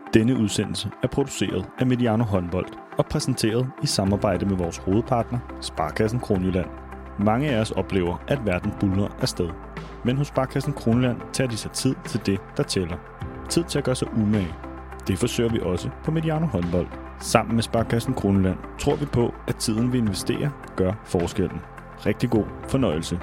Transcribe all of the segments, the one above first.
Denne udsendelse er produceret af Mediano Håndbold og præsenteret i samarbejde med vores hovedpartner, Sparekassen Kronjylland. Mange af os oplever, at verden buldrer afsted. Men hos Sparekassen Kronjylland tager de sig tid til det, der tæller. Tid til at gøre sig umage. Det forsøger vi også på Mediano Håndbold. Sammen med Sparekassen Kronjylland tror vi på, at tiden vi investerer gør forskellen. Rigtig god fornøjelse.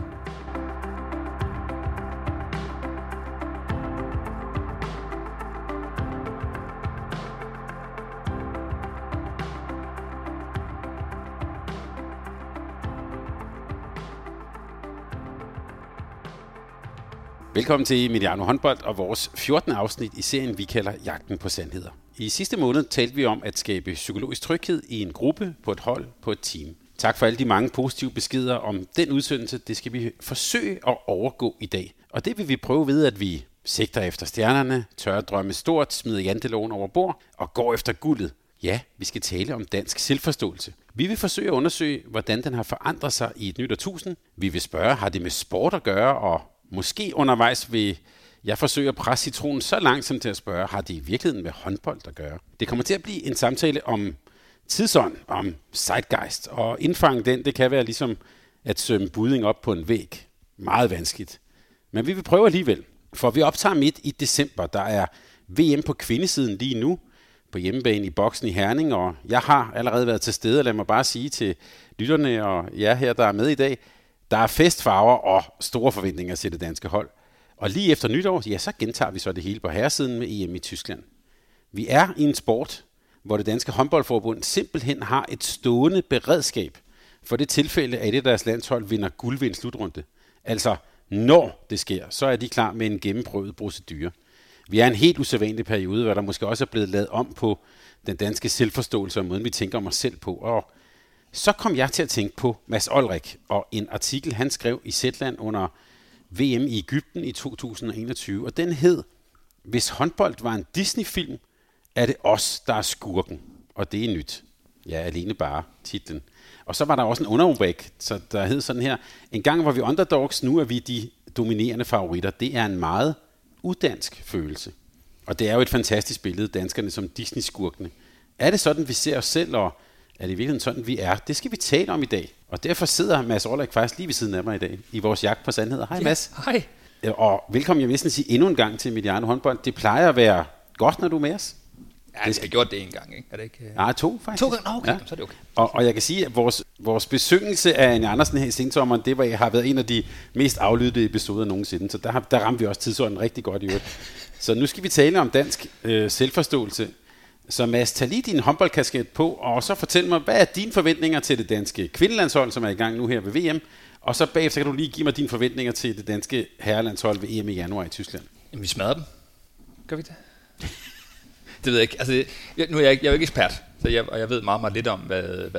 Velkommen til Mediano Håndbold og vores 14. afsnit i serien, vi kalder Jagten på Sandheder. I sidste måned talte vi om at skabe psykologisk tryghed i en gruppe, på et hold, på et team. Tak for alle de mange positive beskeder om den udsendelse. Det skal vi forsøge at overgå i dag. Og det vil vi prøve ved, at vi sigter efter stjernerne, tør at drømme stort, smider janteloven over bord og går efter guldet. Ja, vi skal tale om dansk selvforståelse. Vi vil forsøge at undersøge, hvordan den har forandret sig i et nyt årtusind. Vi vil spørge, har det med sport at gøre, og måske undervejs vil jeg forsøge at presse citronen så langt som til at spørge, har det i virkeligheden med håndbold at gøre? Det kommer til at blive en samtale om tidsånd, om zeitgeist, og indfange den, det kan være ligesom at sømme budding op på en væg. Meget vanskeligt. Men vi vil prøve alligevel, for vi optager midt i december. Der er VM på kvindesiden lige nu, på hjemmebane i Boksen i Herning, og jeg har allerede været til stede, og lad mig bare sige til lytterne og jer her, der er med i dag, der er festfarver og store forventninger til det danske hold. Og lige efter nytår, ja, så gentager vi så det hele på herresiden med EM i Tyskland. Vi er i en sport, hvor det danske håndboldforbund simpelthen har et stående beredskab for det tilfælde, at et af deres landshold vinder guld ved en slutrunde. Altså, når det sker, så er de klar med en gennemprøvet procedure. Vi er i en helt usædvanlig periode, hvor der måske også er blevet lavet om på den danske selvforståelse og måden, vi tænker om os selv på. Og så kom jeg til at tænke på Mads Olrik og en artikel, han skrev i Zetland under VM i Egypten i 2021. Og den hed, hvis håndbold var en Disney-film, er det os, der er skurken. Og det er nyt. Ja, alene bare titlen. Og så var der også en underrubrik, så der hed sådan her, en gang var vi underdogs, nu er vi de dominerende favoritter. Det er en meget udansk følelse. Og det er jo et fantastisk billede, danskerne som Disney-skurkene. Er det sådan, vi ser os selv, og er det i virkeligheden sådan, vi er? Det skal vi tale om i dag. Og derfor sidder Mads Olrik faktisk lige ved siden af mig i dag, i vores jagt på sandheder. Hej Mads. Ja, hej. Og velkommen, jeg vil næsten sige endnu en gang til Mediano Håndbold. Det plejer at være godt, når du er med os. Ja, jeg har gjort det en gang, ikke? Er det ikke? Nej, 2 faktisk. 2 gange? Okay, ja. Så er det okay. Og jeg kan sige, at vores besøgelse af Anja Andersen her i sensommeren, det har været en af de mest aflyttede episoder nogensinde. Så der ramte vi også tidsånden rigtig godt i øvrigt. Så nu skal vi tale om dansk selvforståelse. Så Mads, tag lige din håndboldkasket på, og så fortæl mig, hvad er dine forventninger til det danske kvindelandshold, som er i gang nu her ved VM? Og så bagefter kan du lige give mig dine forventninger til det danske herrelandshold ved EM i januar i Tyskland. Jamen, vi smadrer dem. Gør vi det? Det ved jeg ikke. Altså, nu er jeg jo ikke ekspert, så jeg ved meget lidt om,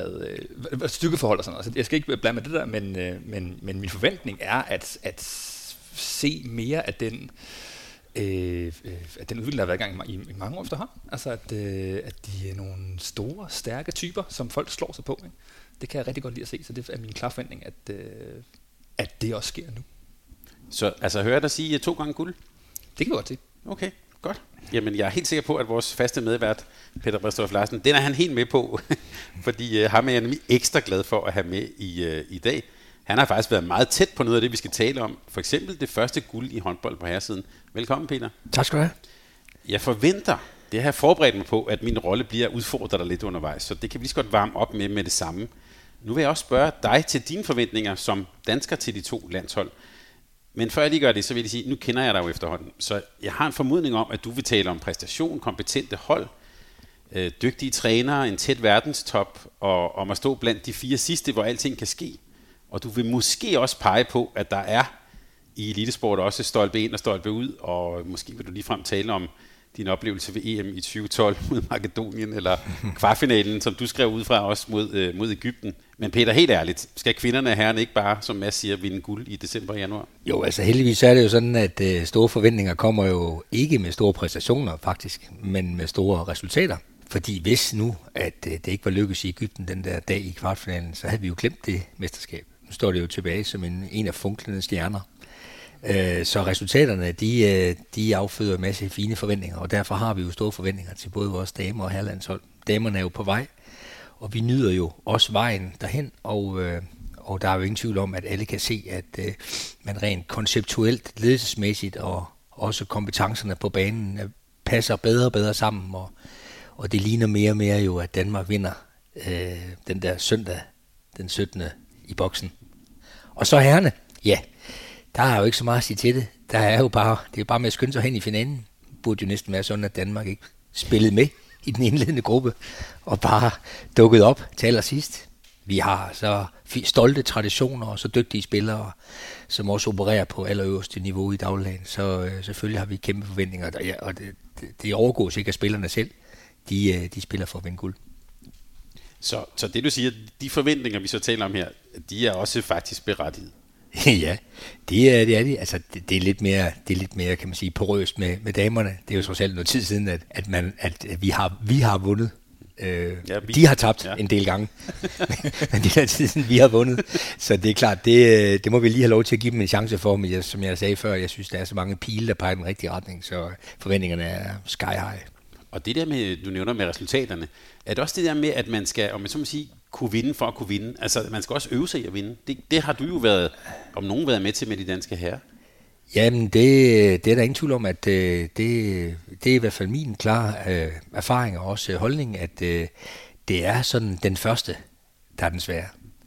hvad styrkeforhold og sådan noget. Så jeg skal ikke blande med det der, men min forventning er at se mere af den udvikling, der har været i gang i mange år efterhånden. Altså, at de er nogle store, stærke typer, som folk slår sig på. Ikke? Det kan jeg rigtig godt lide at se, så det er min klare forventning, at det også sker nu. Så altså, hører jeg dig sige 2 gange guld? Det kan vi godt se. Okay, godt. Jamen, jeg er helt sikker på, at vores faste medvært, Peter Bristof Larsen, den er han helt med på, fordi ham er jeg nemlig ekstra glad for at have med i dag. Han har faktisk været meget tæt på noget af det, vi skal tale om. For eksempel det første guld i håndbold på herresiden. Velkommen, Peter. Tak skal du have. Jeg forventer, det har jeg forberedt mig på, at min rolle bliver udfordret lidt undervejs, så det kan vi lige så godt varme op med det samme. Nu vil jeg også spørge dig til dine forventninger som dansker til de 2 landshold. Men før jeg lige gør det, så vil jeg sige, nu kender jeg dig jo efterhånden, så jeg har en formodning om, at du vil tale om præstation, kompetente hold, dygtige trænere, en tæt verdenstop, og om at stå blandt de 4 sidste, hvor alting kan ske. Og du vil måske også pege på, at der er i elitesport også stolpe ind og stolpe ud, og måske vil du ligefrem tale om din oplevelse ved EM i 2012 mod Makedonien, eller kvartfinalen, som du skrev ud fra også mod Egypten. Men Peter, helt ærligt, skal kvinderne og herrerne ikke bare, som Mads siger, vinde guld i december og januar? Jo, altså heldigvis er det jo sådan, at store forventninger kommer jo ikke med store præstationer faktisk, men med store resultater. Fordi hvis nu, at det ikke var lykkes i Egypten den der dag i kvartfinalen, så havde vi jo glemt det mesterskab. Nu står det jo tilbage som en af funklende stjerner. Så resultaterne, de afføder en masse fine forventninger, og derfor har vi jo store forventninger til både vores damer og herrelandshold. Damerne er jo på vej, og vi nyder jo også vejen derhen, og der er jo ingen tvivl om, at alle kan se, at man rent konceptuelt, ledelsesmæssigt og også kompetencerne på banen passer bedre og bedre sammen, og det ligner mere og mere jo, at Danmark vinder den der søndag, den 17. i boksen. Og så herrerne, ja, der er jo ikke så meget at sige til det. Det er jo bare med at skynde sig hen i finalen. Det burde jo næsten være sådan, at Danmark ikke spillede med i den indledende gruppe, og bare dukket op til allersidst. Vi har så stolte traditioner og så dygtige spillere, som også opererer på allerøverste niveau i dagligdagen. Så selvfølgelig har vi kæmpe forventninger, og det overgås ikke af spillerne selv. De spiller for at vinde guld. Så det du siger, de forventninger, vi så taler om her, de er også faktisk berettiget. Ja, det er de. Altså, det er lidt mere, kan man sige, porøst med damerne. Det er jo trods alt noget tid siden, at vi har vundet. De har tabt en del gange, men det er tid siden, vi har vundet. Så det er klart, det må vi lige have lov til at give dem en chance for. Men som jeg sagde før, jeg synes, der er så mange pile, der peger i den rigtige retning, så forventningerne er sky high. Og det der med, du nævner med resultaterne, er det også det der med, at man skal, om man så må sige, kunne vinde for at kunne vinde? Altså, man skal også øve sig i at vinde. Det har du jo været med til med de danske herrer. Jamen, det er der ingen tvivl om, at det er i hvert fald min klare erfaring og også holdning, at det er sådan den første, der er den svære.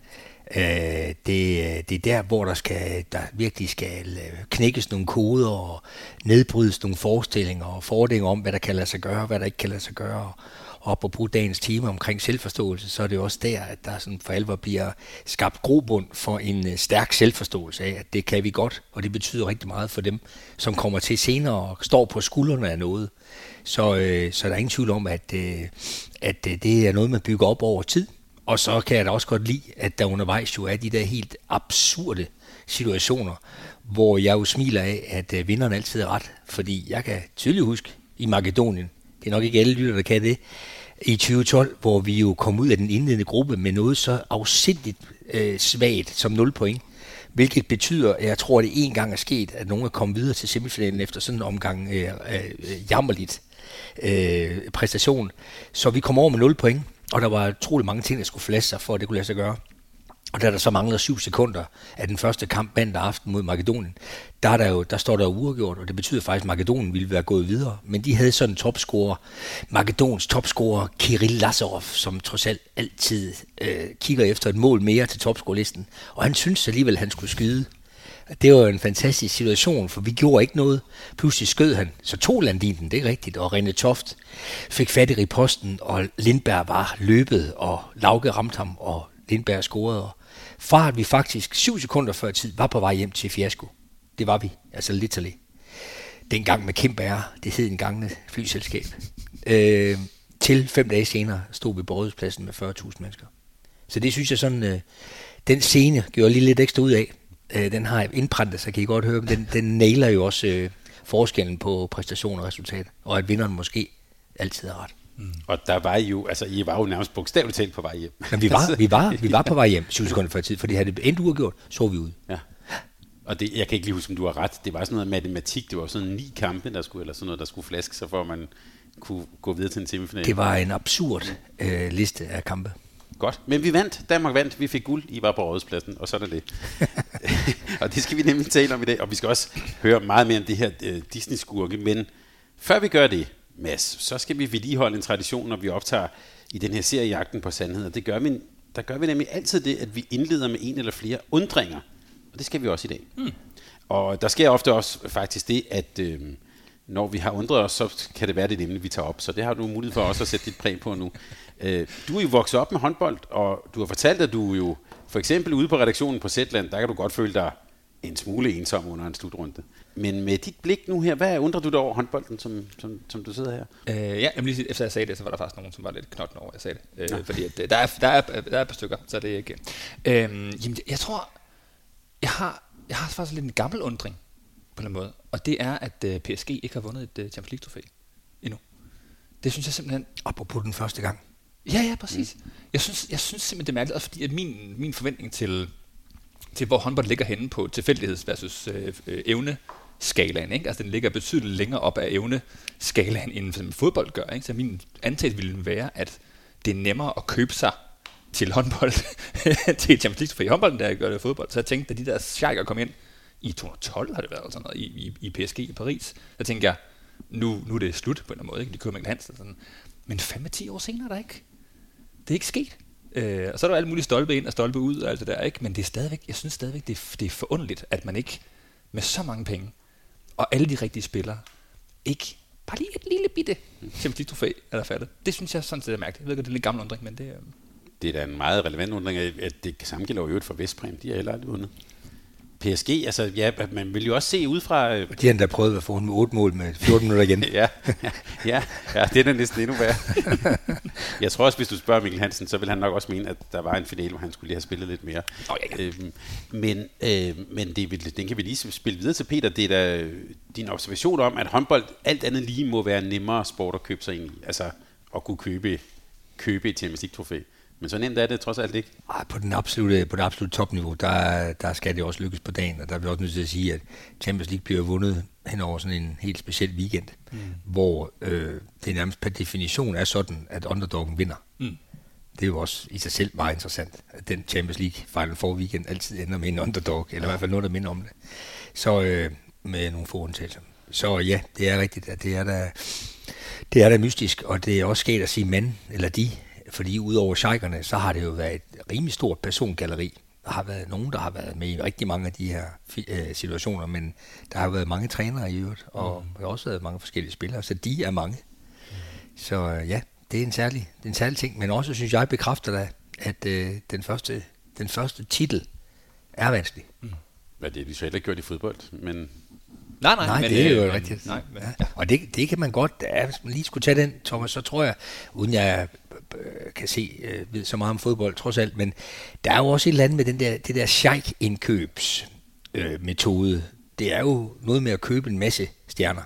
Det er der, hvor der virkelig skal knækkes nogle koder og nedbrydes nogle forestillinger og fordringer om, hvad der kan lade sig gøre, hvad der ikke kan lade sig gøre. Og på at bruge dagens tema omkring selvforståelse, så er det også der, at der sådan for alvor bliver skabt grobund for en stærk selvforståelse af, at det kan vi godt, og det betyder rigtig meget for dem, som kommer til senere og står på skuldrene af noget. Så der er ingen tvivl om, at det er noget, man bygger op over tid. Og så kan jeg da også godt lide, at der undervejs jo er de der helt absurde situationer, hvor jeg jo smiler af, at vinderen altid er ret. Fordi jeg kan tydeligt huske i Makedonien, det er nok ikke alle lytter, der kan det, i 2012, hvor vi jo kom ud af den indledende gruppe med noget så afsindigt svagt som 0 point. Hvilket betyder, at jeg tror, at det en gang er sket, at nogen er kommet videre til semifinalen efter sådan en omgang jammerligt præstation. Så vi kom over med 0 point, og der var utrolig mange ting, der skulle flaske sig for, at det kunne lade sig gøre. Og da der så mangler 7 sekunder af den første kamp mandag aften mod Makedonien, der står der uafgjort, og det betyder faktisk, at Makedonien ville være gået videre. Men de havde sådan en topscorer, Makedons topscorer Kirill Lazarov, som trods alt altid kigger efter et mål mere til topscorelisten. Og han syntes alligevel, at han skulle skyde. Det var en fantastisk situation, for vi gjorde ikke noget. Pludselig skød han, så tog Landinen, det er rigtigt, og René Toft fik fat i riposten, og Lindberg var løbet, og Lauke ramte ham, og Lindberg scorede. Fra at vi faktisk 7 sekunder før tid var på vej hjem til fiasko. Det var vi, altså literally. Dengang med Kim Bager, det hed en gangne flyselskab. Til 5 dage senere stod vi på Rådhuspladsen med 40.000 mennesker. Så det synes jeg sådan, den scene gjorde lige lidt ekstra ud af. Den har indprintet, så kan I godt høre, men den nailer jo også forskellen på præstation og resultat. Og at vinderen måske altid er ret. Og der var jo, altså I var jo nærmest bogstaveligt talt på vej hjem. Men vi var på vej hjem 7 sekunder før tid, fordi havde det endt uafgjort, så vi ud. Ja. Og det, jeg kan ikke lige huske, om du har ret. Det var sådan noget matematik, det var sådan 9 kampe, eller sådan noget, der skulle flaske sig, for at man kunne gå videre til en semifinal. Det var en absurd liste af kampe. Godt, men vi vandt. Danmark vandt. Vi fik guld. I var på Rådhuspladsen, og sådan er det. Og det skal vi nemlig tale om i dag, og vi skal også høre meget mere om det her Disney-skurke. Men før vi gør det, Mads, så skal vi vedligeholde en tradition, når vi optager i den her serie Jagten på Sandhed. Der gør vi nemlig altid det, at vi indleder med en eller flere undringer. Og det skal vi også i dag. Og der sker ofte også faktisk det, at når vi har undret os, så kan det være det emne, vi tager op. Så det har du mulighed for også at sætte dit præg på nu. Du er jo vokset op med håndbold, og du har fortalt, at du jo for eksempel ude på redaktionen på Zetland, der kan du godt føle dig en smule ensom under en slutrunde. Men med dit blik nu her, hvad undrer du dig over håndbolden, som du sidder her? Ja, lige efter jeg sagde det, så var der faktisk nogen, som var lidt knotten over, jeg sagde det. Fordi at, der er et par stykker, så det er ikke... Jamen, jeg tror, jeg har faktisk lidt en gammel undring på en måde, og det er, at PSG ikke har vundet et Champions League-trofæ endnu. Det synes jeg simpelthen... Apropos den første gang. Ja, præcis. Jeg synes simpelthen, det er mærkeligt, også fordi at min forventning til til hvor håndbold ligger henne på tilfældigheds versus evneskalaen, ikke? Altså den ligger betydeligt længere op af evneskalaen, end fodbold gør, ikke? Så min antagelse ville være, at det er nemmere at købe sig til håndbold, til Champions League for i håndbolden, der gør det i fodbold. Så jeg tænkte, da de der scheiker kom ind, i 2012 har det været sådan noget, i PSG i Paris, så tænkte jeg, nu er det slut på en eller anden måde, ikke? De køber Mikkel Hansen sådan. Men 5-10 år senere er der ikke. Det er ikke sket. Og så er der alt muligt stolpe ind og stolpe ud og alt det der, ikke? Men det er stadigvæk, jeg synes stadigvæk, det er forunderligt, at man ikke med så mange penge og alle de rigtige spillere ikke bare lige et lille bitte Champions League-trofæ er der faldet. Det synes jeg sådan set er mærkeligt. Jeg ved ikke, det er en lidt gammel undring, men det Det er da en meget relevant undring, at det samme gælder jo for Vestbrem. De har heller aldrig vundet. PSG, altså ja, man vil jo også se ud fra... De har endda prøvet at få med 8 mål med 14 minutter igen. ja, det er da næsten endnu værre. Jeg tror også, hvis du spørger Mikkel Hansen, så vil han nok også mene, at der var en finale, hvor han skulle lige have spillet lidt mere. Men den kan vi lige spille videre til, Peter. Det er da din observation om, at håndbold alt andet lige må være nemmere sport at købe sig ind i. Altså at kunne købe et Champions League-trofæ. Men så nemt er det trods alt ikke. På det absolute topniveau, der skal det også lykkes på dagen, og der er vi også nødt til at sige, at Champions League bliver vundet hen over sådan en helt speciel weekend, hvor det nærmest per definition er sådan, at underdoggen vinder. Det er jo også i sig selv meget interessant, at den Champions League Final Four weekend altid ender med en underdog, eller i hvert fald noget, der minder om det. Så med nogle få undtagelser. Så ja, det er rigtigt, at det er da mystisk, og det er også sket at sige mand, eller de, fordi udover scheikerne, så har det jo været et rimelig stort persongalleri. Der har været nogen, der har været med i rigtig mange af de her situationer, men der har været mange trænere i øvrigt, og der har også været mange forskellige spillere, så de er mange. Så ja, det er en særlig ting, men også synes jeg bekræfter da, at den første titel er vanskelig. Ja, det er de så heller ikke gjort i fodbold, men... Nej, det er jo rigtigt. Ja. Og det kan man godt, hvis man lige skulle tage den, Thomas, så tror jeg, uden jeg kan ved så meget om fodbold trods alt, men der er jo også et eller andet med det der sheik-indkøbs metode. Det er jo noget med at købe en masse stjerner.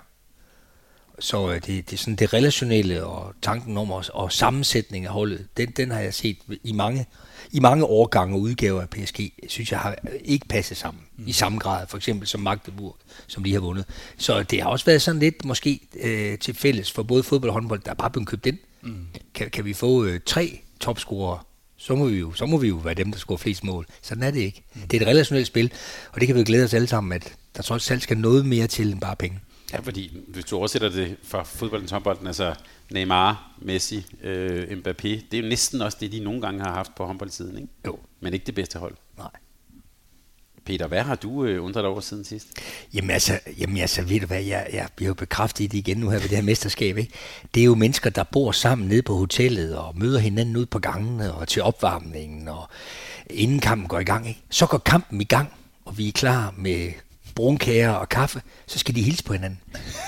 Så det er sådan det relationelle og tanken om og sammensætning af holdet, den har jeg set i mange årgange og udgaver af PSG, synes jeg har ikke passet sammen i samme grad, for eksempel som Magdeburg, som lige har vundet. Så det har også været sådan lidt måske til fælles for både fodbold og håndbold, der er bare blevet købt ind. Kan vi få 3 topscorere, så må vi jo være dem, der scorer flest mål. Sådan er det ikke. Det er et relationelt spil, og det kan vi jo glæde os alle sammen, at der trods alt skal noget mere til end bare penge. Ja, fordi hvis du oversætter det fra fodbolden til håndbolden, altså Neymar, Messi, Mbappé, det er jo næsten også det, de nogle gange har haft på håndboldsiden, ikke? Jo. Men ikke det bedste hold. Nej. Peter, hvad har du undret over siden sidst? Jamen altså, ved du hvad, jeg bliver jo bekræftet i det igen nu her ved det her mesterskab, ikke? Det er jo mennesker, der bor sammen nede på hotellet og møder hinanden ude på gangene og til opvarmningen, og inden kampen går i gang, ikke? Så går kampen i gang, og vi er klar med brunkager og kaffe, så skal de hilse på hinanden.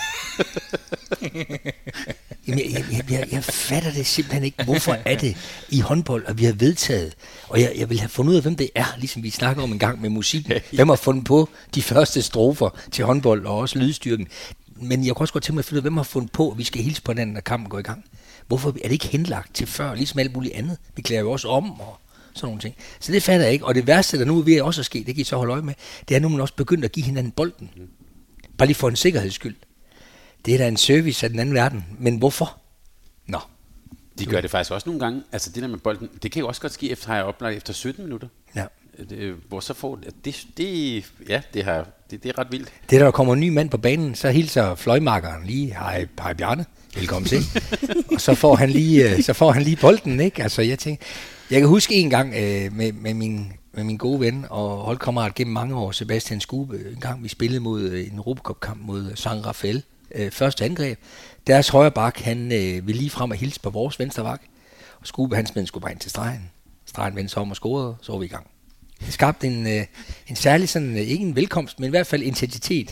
Jamen, jeg fatter det simpelthen ikke. Hvorfor er det i håndbold, og vi har vedtaget, og jeg vil have fundet ud af, hvem det er, ligesom vi snakker om en gang med musikken. Hvem har fundet på de første strofer til håndbold, og også lydstyrken. Men jeg kunne også godt tænke mig at finde ud af, hvem har fundet på, at vi skal hilse på hinanden, når kampen går i gang. Hvorfor er det ikke henlagt til før, ligesom alt muligt andet? Vi klæder jo også om, og sådan nogle ting. Så det fatter jeg ikke. Og det værste, der nu er ved også at ske, det kan I så holde øje med, det er nu, man også begyndt at give hinanden bolden. Bare lige for en sikkerheds skyld. Det er da en service af den anden verden. Men hvorfor? Nå. De gør det faktisk også nogle gange. Altså det der med bolden, det kan jo også godt ske efter, har jeg oplagt, efter 17 minutter. Ja. Hvor så får det er ret vildt. Det der kommer en ny mand på banen, så hilser fløjmarkeren lige, hej Bjarne, velkommen til. Og så får han lige bolden, ikke? Altså jeg kan huske en gang med min gode ven og holdkammerat gennem mange år, Sebastian Skube, en gang vi spillede mod en Europacup-kamp mod San Rafael, første angreb. Deres højre bak, han ville lige frem og hilse på vores venstre bak, og Skube, han smed skulle bare ind til stregen. Stregen vendte sig om og scorede, så var vi i gang. Det skabte en særlig sådan, ikke en velkomst, men i hvert fald intensitet.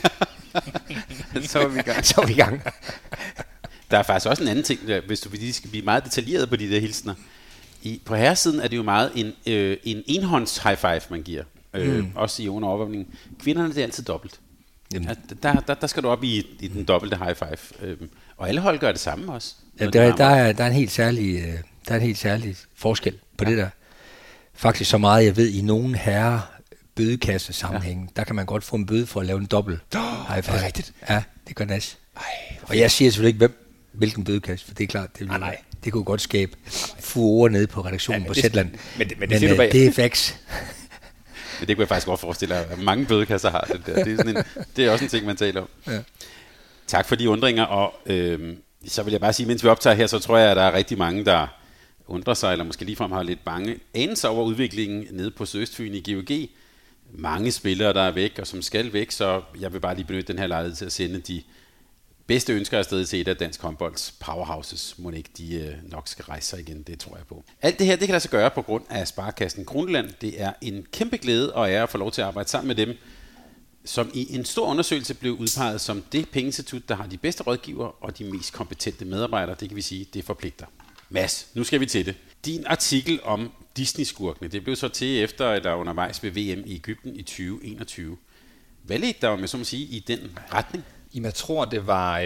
Så var vi i gang. Der er faktisk også en anden ting, hvis du skal blive meget detaljeret på de der hilsner. På herresiden er det jo meget en enhånds high five, man giver. Også i under overvågningen. Kvinderne, det er altid dobbelt. Der skal du op i den dobbelte high five. Og alle hold gør det samme også. Ja, der er en helt særlig forskel på det der. Faktisk så meget, jeg ved, i nogle herre bødekasse sammenhængen. Der kan man godt få en bøde for at lave en dobbelt high five. Er det rigtigt? Ja, det gør Nash. Og jeg siger selvfølgelig ikke, hvilken bødekasse, for det er klart, det kunne godt skabe furore nede på redaktionen på Zetland. Men det er facts. Men det kunne jeg faktisk godt forestille mig, at mange bødekasser har det der. Det er også en ting, man taler om. Ja. Tak for de undringer, og så vil jeg bare sige, mens vi optager her, så tror jeg, at der er rigtig mange, der undrer sig, eller måske ligefrem har lidt bange anelse over udviklingen nede på Sydøstfyn i GOG. Mange spillere, der er væk, og som skal væk, så jeg vil bare lige benytte den her lejlighed til at sende de bedste ønsker afsted til et af dansk håndbolds powerhouses. Må ikke de nok skal rejse sig igen, det tror jeg på. Alt det her, det kan lade sig gøre på grund af Sparekassen Kronjylland. Det er en kæmpe glæde og ære at få lov til at arbejde sammen med dem, som i en stor undersøgelse blev udpeget som det pengeinstitut, der har de bedste rådgivere og de mest kompetente medarbejdere. Det kan vi sige, det forpligter. Mads, nu skal vi til det. Din artikel om Disney-skurkene, det blev så til efter, eller undervejs ved VM i Egypten i 2021. Hvad ledte der med, så at sige, i den retning? Jamen, jeg tror, det var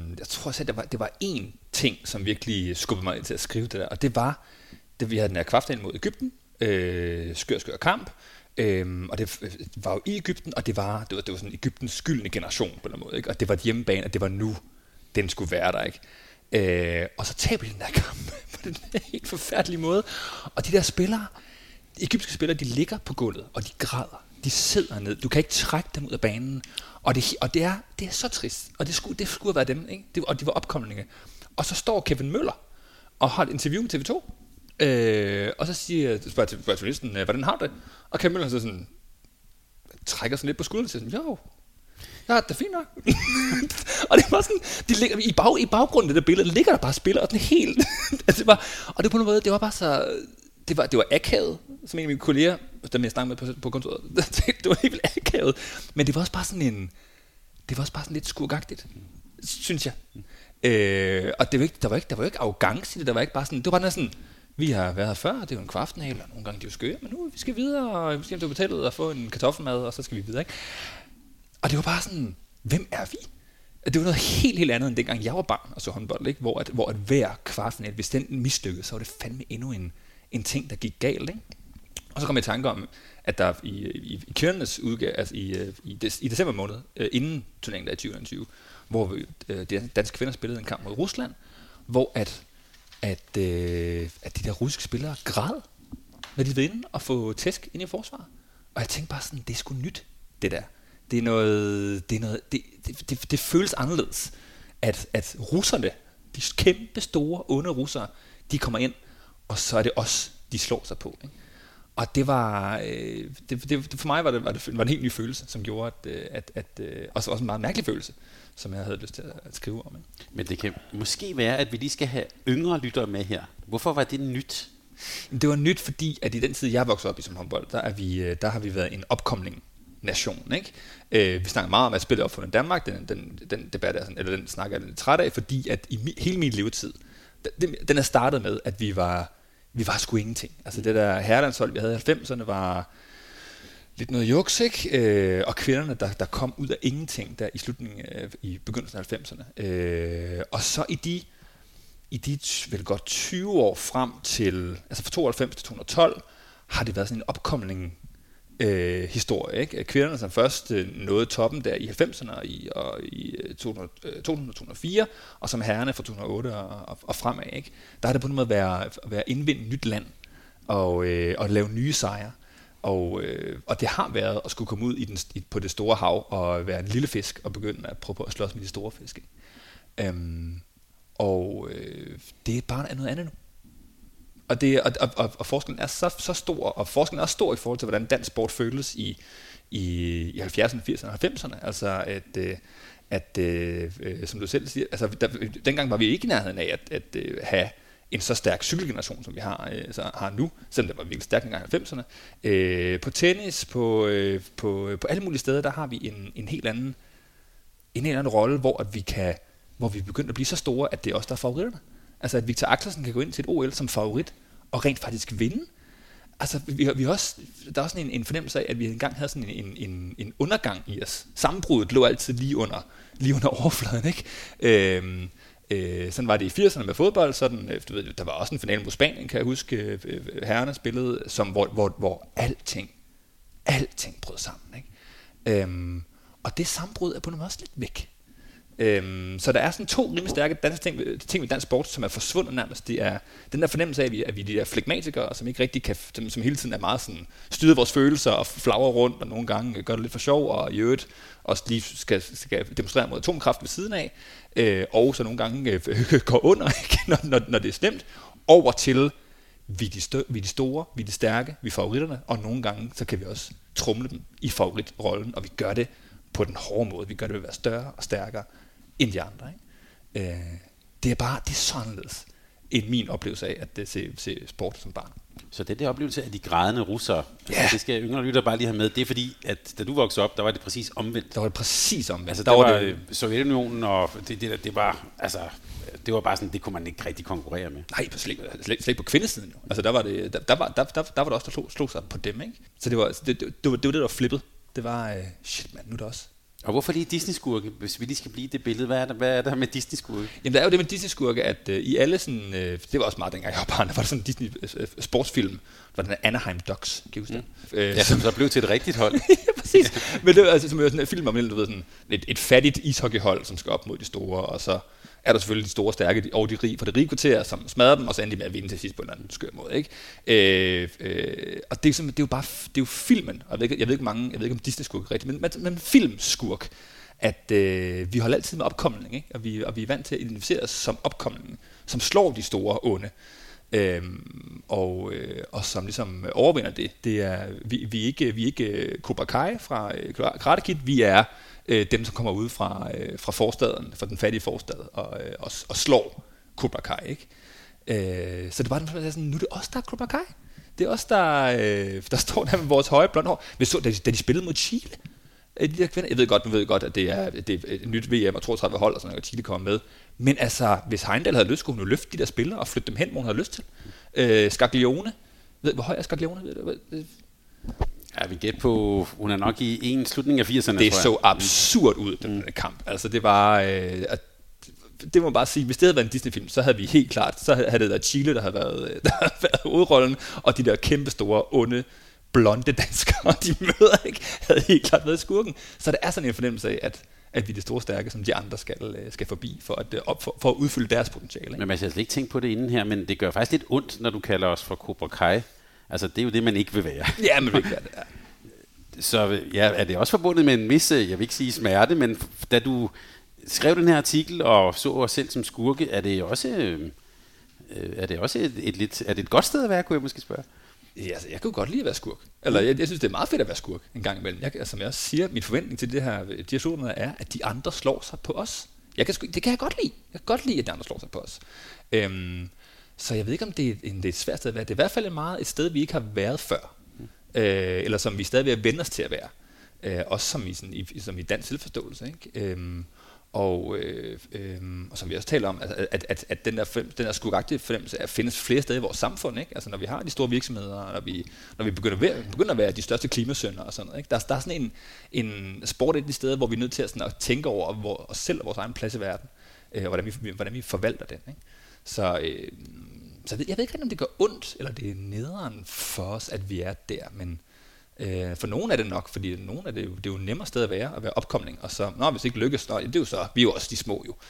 én ting, som virkelig skubbede mig til at skrive det der, og det var, da vi havde den her kvartfinale mod Egypten, skør kamp, og det var jo i Egypten, og det var sådan Egyptens skyldne generation på en måde, ikke? Og det var et hjemmebane, og det var nu, den skulle være der, ikke? Og så taber de den der kamp på den helt forfærdelige måde, og de der spillere, egyptiske spillere, de ligger på gulvet, og de græder, de sidder ned, du kan ikke trække dem ud af banen, og det er så trist, og det skulle have været dem, ikke? Og de var opkomlinge. Og så står Kevin Møller og har et interview med TV2, og så spørger journalisten, hvordan har du det? Og Kevin Møller så sådan, trækker sådan lidt på skulderen og siger sådan, jo, ja, det er fint nok. Og det var sådan, de ligger i baggrunden af det billede, ligger der bare spillere, og den helt, altså og det på en måde, det var bare så, det var akavet, som en af mine kolleger, dem jeg snakkede med på kontoret, det var helt akavet, men det var også bare sådan lidt skurkagtigt, synes jeg. Og der var jo ikke arrogance i det, der var ikke bare sådan, det var bare sådan, vi har været her før, det er jo en kvartfinale, og nogle gange det er jo skøre, men nu vi skal videre, og vi skal hjem til hotellet og få en kartoffelmad, og så skal vi videre, ikke? Og det var bare sådan, hvem er vi? Det var noget helt andet end dengang jeg var barn og så håndbold, ikke? Hvor at hver kvartfinale, hvis den mislykkede, så var det fandme endnu en ting, der gik galt, ikke? Og så kom jeg i tanke om, at der i kvindernes udgave, altså i december måned, inden turneringen der i 2020, hvor de danske kvinder spillede en kamp mod Rusland, hvor at de der russiske spillere græd, når de vinde og få tæsk ind i forsvaret. Og jeg tænkte bare sådan, det er sgu nyt, det der. Det føles anderledes, at russerne, de kæmpe store, onde russere, de kommer ind, og så er det os, de slår sig på, ikke? Og det var, for mig var det en helt ny følelse, som gjorde, at også en meget mærkelig følelse, som jeg havde lyst til at skrive om. Ikke? Men det kan måske være, at vi lige skal have yngre lyttere med her. Hvorfor var det nyt? Det var nyt, fordi at i den tid, jeg voksede op i som håndbold, der har vi været en opkomling nation, ikke? Vi snakker meget om, at spillet opfundet i Danmark, den debat er sådan, eller den snakker jeg lidt træt af, fordi at i hele min levetid, den er startet med, at vi var sgu ingenting. Altså det der herrelandshold, vi havde i 90'erne, var lidt noget juks, ikke? Og kvinderne, der kom ud af ingenting der i slutningen i begyndelsen af 90'erne. Og så i de vel godt 20 år frem til, altså fra 92 til 2012, har det været sådan en opkomling historie, ikke? Kvinderne som først nåede toppen der i 90'erne og i 2004, og som herrerne fra 2008 og fremad, ikke? Der har det på en måde være indvinde nyt land og lave nye sejre. Og det har været at skulle komme ud på det store hav og være en lille fisk og begynde at prøve på at slås med de store fisk. Det er bare noget andet nu. Og forskellen er så stor, og forskellen er også stor i forhold til, hvordan dansk sport føles i 70'erne, 80'erne og 90'erne. Altså, at som du selv siger, altså, dengang var vi ikke i nærheden af at have en så stærk cykelgeneration, som vi har nu, selvom det var virkelig stærkt engang i 90'erne. På tennis, på alle mulige steder, der har vi en helt anden rolle, hvor vi er begyndt at blive så store, at det er os, der er favoritterne. Altså at Victor Axelsen kan gå ind til et OL som favorit og rent faktisk vinde. Altså vi også, der er også en fornemmelse af, at vi engang havde sådan en undergang i os. Sammenbruddet lå altid lige under overfladen, ikke? Sådan var det i 80'erne med fodbold. Sådan, du ved, der var også en finale mod Spanien, kan jeg huske, herrerne spillede, hvor alting alting brød sammen, ikke? Og det sammenbrud er på noget også lidt væk. Så der er sådan 2 rimelig stærke ting ved dansk sport, som er forsvundet nærmest. Det er den der fornemmelse af, at vi er de der flegmatikere, som ikke rigtig kan, som hele tiden er meget sådan, styrer vores følelser og flagrer rundt, og nogle gange gør det lidt for sjov, og i øvrigt også lige skal demonstrere mod atomkraft ved siden af, og så nogle gange går under, når det er slemt, over til vi er de store, vi er de stærke, vi er favoritterne, og nogle gange så kan vi også tromle dem i favoritrollen, og vi gør det på den hårde måde. Vi gør det ved at være større og stærkere end de andre. Ikke? Det er så anderledes end min oplevelse af at se sport som barn. Så det der oplevelse af de grædende russere, altså det skal yngre lytter bare lige have med, det er fordi, at da du voksede op, der var det præcis omvendt. Altså, der var det Sovjetunionen, og det var, altså, det var bare sådan, det kunne man ikke rigtig konkurrere med. Nej, slet ikke på kvindesiden jo. Altså, der var det også, der slog sig på dem, ikke? Så det var det, der var flippet. Det var, shit mand, nu er det også. Og hvorfor lige Disney-skurke, hvis vi lige skal blive det billede? Hvad er der med Disney-skurke? Jamen, der er jo det med Disney-skurke, at i alle sådan, det var også meget dengang jeg var barn, der var der sådan en Disney-sportsfilm, var den der Anaheim Ducks, kan I huske det? Ja, som så blev til et rigtigt hold. Ja, præcis. Men det var altså som sådan en film om, du ved, sådan et fattigt ishockeyhold, som skal op mod de store, og så er der selvfølgelig de store, stærke og de rige fra det rige kvarter, som smadrer dem, og så ender de med at vinde til sidst på en eller anden skør måde, ikke? Og det er jo bare, det er jo filmen, og jeg ved ikke om Disney-skurk er rigtigt, men filmskurk, at vi holder altid med opkomling, ikke? Og vi er vant til at identificere os som opkomling, som slår de store onde, og som ligesom overvinder det. Det er, vi er ikke Cobra Kai fra Karate Kid, vi er dem, som kommer ud fra forstaden, fra den fattige forstad, og slår Cobra Kai, ikke? Så det var sådan, nu er det os, der er Cobra Kai. Det er os, der står der med vores høje blonde hår. Vi så, da de spillede mod Chile, de der kvinder. Jeg ved godt, at det er et nyt VM og 32 hold, og sådan noget, og Chile kommer med. Men altså, hvis Heindal havde lyst, skulle hun jo løfte de der spillere og flytte dem hen, hvor hun havde lyst til. Scaglione. Hvor høj er Scaglione? Ja, vi gætter på, hun er nok i en slutning af 80'erne, tror jeg. Det så absurd ud, den kamp. Altså, det var... det må man bare sige, hvis det havde været en Disney-film, så havde vi helt klart, så havde det været Chile, der havde været hovedrollen, og de der kæmpe store, onde, blonde danskere, de møder, ikke, havde helt klart været skurken. Så der er sådan en fornemmelse af, at vi er det store stærke, som de andre skal forbi, for at udfylde deres potentiale. Ikke? Men man skal slet ikke tænke på det inden her, men det gør faktisk lidt ondt, når du kalder os for Cobra Kai. Altså, det er jo det, man ikke vil være. Ja, man vil ikke være det, ja. Så ja, er det også forbundet med en vis, jeg vil ikke sige smerte, men da du skrev den her artikel og så os selv som skurke, er det også et godt sted at være, kunne jeg måske spørge? Ja, altså, jeg kan jo godt lide at være skurk. Eller jeg synes, det er meget fedt at være skurk en gang imellem. Som jeg også siger, min forventning til de her personer er, at de andre slår sig på os. Det kan jeg godt lide. Jeg kan godt lide, at de andre slår sig på os. Så jeg ved ikke, om det er et svært sted at være. Det er i hvert fald et sted, vi ikke har været før. Eller som vi stadig vil vende os til at være. Også som i dansk selvforståelse. Ikke? Og som vi også taler om, at den der skurkagtige fornemmelse findes flere steder i vores samfund, ikke? Altså når vi har de store virksomheder, og når vi begynder at være de største klimasyndere og sådan noget, ikke? Der er sådan en sport et af de steder, hvor vi er nødt til at tænke over os selv og vores egen plads i verden, og hvordan vi forvalter den, ikke? Så jeg ved ikke, om det gør ondt, eller det er nederen for os, at vi er der, men for nogen er det nok, fordi nogen er det er jo nemmere sted at være opkomling, og så, hvis det ikke lykkes, det er jo så, vi er jo også de små jo.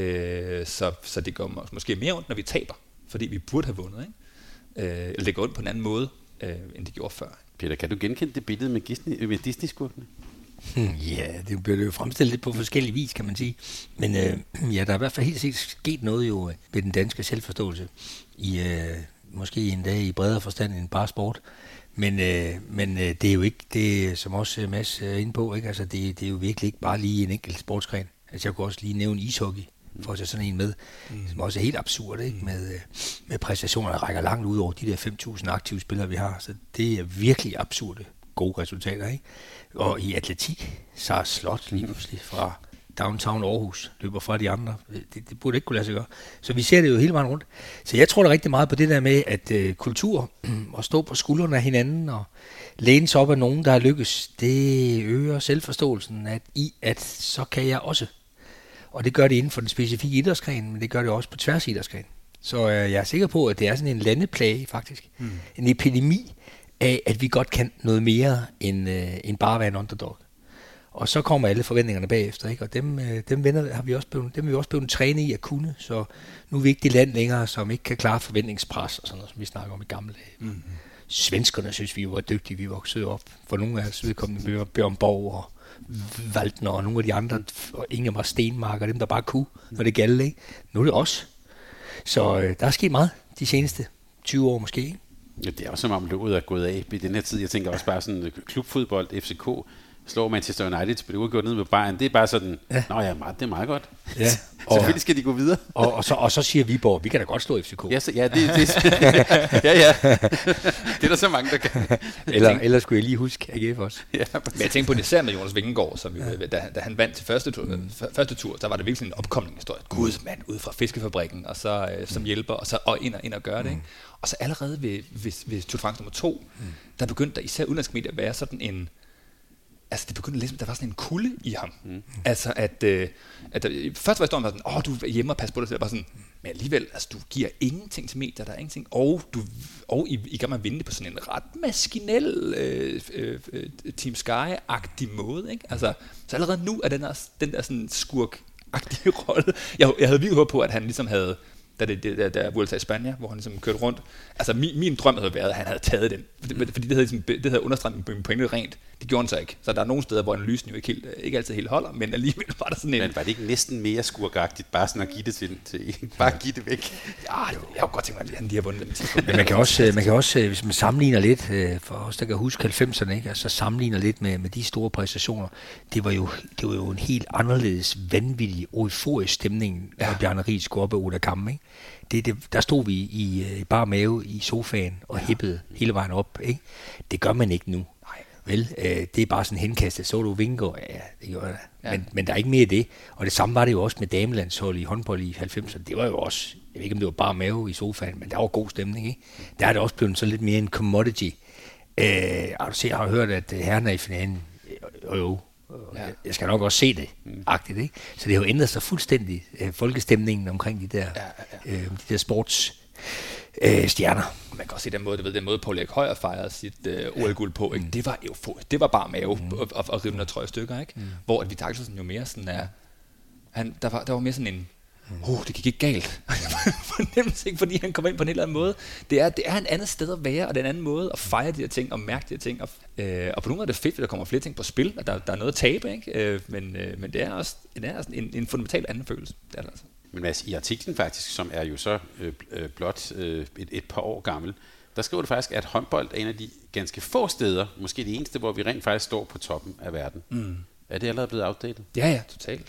Så det går måske mere ondt, når vi taber, fordi vi burde have vundet, ikke? Eller det går ondt på en anden måde, end det gjorde før. Peter, kan du genkende det billede med Disney-skurkene? Ja, det bliver jo fremstillet lidt på forskellige vis, kan man sige. Men der er i hvert fald helt sikkert sket noget jo ved den danske selvforståelse, måske en dag i bredere forstand end bare sport. Men det er jo ikke det, som også Mads er inde på, ikke? Altså, det er jo virkelig ikke bare lige en enkelt sportsgren. Altså, jeg kunne også lige nævne ishockey, for at tage sådan en med, som også er helt absurd, ikke? Med præstationer, der rækker langt ud over de der 5.000 aktive spillere, vi har. Så det er virkelig absurde gode resultater, ikke? Og i atletik, så er Slot lige pludselig fra downtown Aarhus løber fra de andre. Det burde ikke kunne lade sig gøre. Så vi ser det jo hele vejen rundt. Så jeg tror da rigtig meget på det der med, at kultur og stå på skuldrene af hinanden og læne sig op af nogen, der har lykkes, det øger selvforståelsen at så kan jeg også. Og det gør det inden for den specifikke idrætsgren, men det gør det også på tværs idrætsgren. Så jeg er sikker på, at det er sådan en landeplage faktisk. En epidemi af, at vi godt kan noget mere end bare at være en underdog. Og så kommer alle forventningerne bagefter, ikke? Og dem har vi også blevet trænet i at kunne, så nu er vi ikke det land længere, som ikke kan klare forventningspres og sådan noget, som vi snakker om i gamle dage. Mm-hmm. Svenskerne synes vi var dygtige, vi voksede op. For nogle af os vedkommende Bjørn Borg og Waldner og nogle af de andre, og Ingemar Stenmark og dem, der bare kunne, når det gælder, ikke? Nu er det os. Så der er sket meget de seneste 20 år måske, ikke? Ja, det er også som om låget er gået af i den her tid. Jeg tænker også bare sådan klubfodbold, FCK, slår Manchester United, spiller uafgjort ned med Bayern. Det er bare sådan, det er meget godt. Ja. Selvfølgelig skal de gå videre. Og så siger Viborg, vi kan da godt slå FCK. Ja, det ja. Det er der så mange, der kan. Eller skulle jeg lige huske AGF også. Ja, men jeg tænker på det især med Jonas Vingegaard, som da han vandt til første tur, der var det virkelig en opkomling-historie. Gud, mand, ud fra fiskefabrikken, og så som hjælper, og så ind og gøre det. Ikke? Og så allerede ved Tour de France nummer 2, der begyndte der især udenlandske medier at være sådan en... Altså, det begyndte ligesom, der var sådan en kulde i ham. Altså, at der, først var historien sådan, du er hjemme og passer på dig selv, bare sådan, men alligevel, altså, du giver ingenting til medier, der er ingenting, og I kan man vinde det på sådan en ret maskinel Team Sky-agtig måde, ikke? Altså, så allerede nu er den der sådan skurk-agtige rolle. Jeg havde virkelig håbet på, at han ligesom havde, da Vuelta i Spanien, hvor han ligesom kørte rundt. Altså, min drøm havde været, at han havde taget den. Fordi det havde understreget min pointe rent. Det gjorde han så ikke. Så der er nogle steder, hvor analysen jo ikke altid helt holder, men alligevel var der sådan en... Men var det ikke næsten mere skurkagtigt, bare sådan at give det til bare give det væk? Ja, jeg har godt tænkt mig, at han lige har vundet den tidspunkt. Men man kan også, hvis man sammenligner lidt, for os der kan huske 90'erne, ikke? Altså sammenligner lidt med de store præstationer, det var jo en helt anderledes, vanvittig, euforisk stemning, når Bjarne Riis skulle op af Oda Kamp, ikke? Der stod vi i bare mave i sofaen og hippede hele vejen op, ikke? Det gør man ikke nu. Nej. Vel, det er bare sådan henkastet. Så du Vingegaard? Ja, det gjorde jeg. Ja. Men der er ikke mere i det. Og det samme var det jo også med damelandshold i håndbold i 90'erne. Det var jo også, jeg ved ikke om det var bare mave i sofaen, men der var god stemning, ikke? Der er det også blevet så lidt mere en commodity. Jeg har hørt, at herren er i finalen. Jeg skal nok også se det, agtigt, ikke? Så det har jo ændret sig fuldstændig, folkestemningen omkring de der sports stjerner. Man kan også se den måde Paul Erik Højer fejrede sit OL-guld på, ikke? Det var bare mave og rive den af trøje stykker, ikke? Hvor at Vita Axelsen jo mere sådan er, der var mere sådan en, det gik ikke galt. Fornemmelse, ikke? Fordi han kommer ind på en helt anden måde. Det er en anden sted at være, og det er en anden måde at fejre de her ting og mærke de her ting. Og på nogle af det fedt, at der kommer flere ting på spil, og der er noget at tabe, ikke? Men det er også en fundamental anden følelse. Det er det altså. Men Mads, i artiklen faktisk, som er jo så blot et par år gammel, der skriver du faktisk, at håndbold er en af de ganske få steder, måske det eneste, hvor vi rent faktisk står på toppen af verden. Er det allerede blevet outdated? Ja, totalt.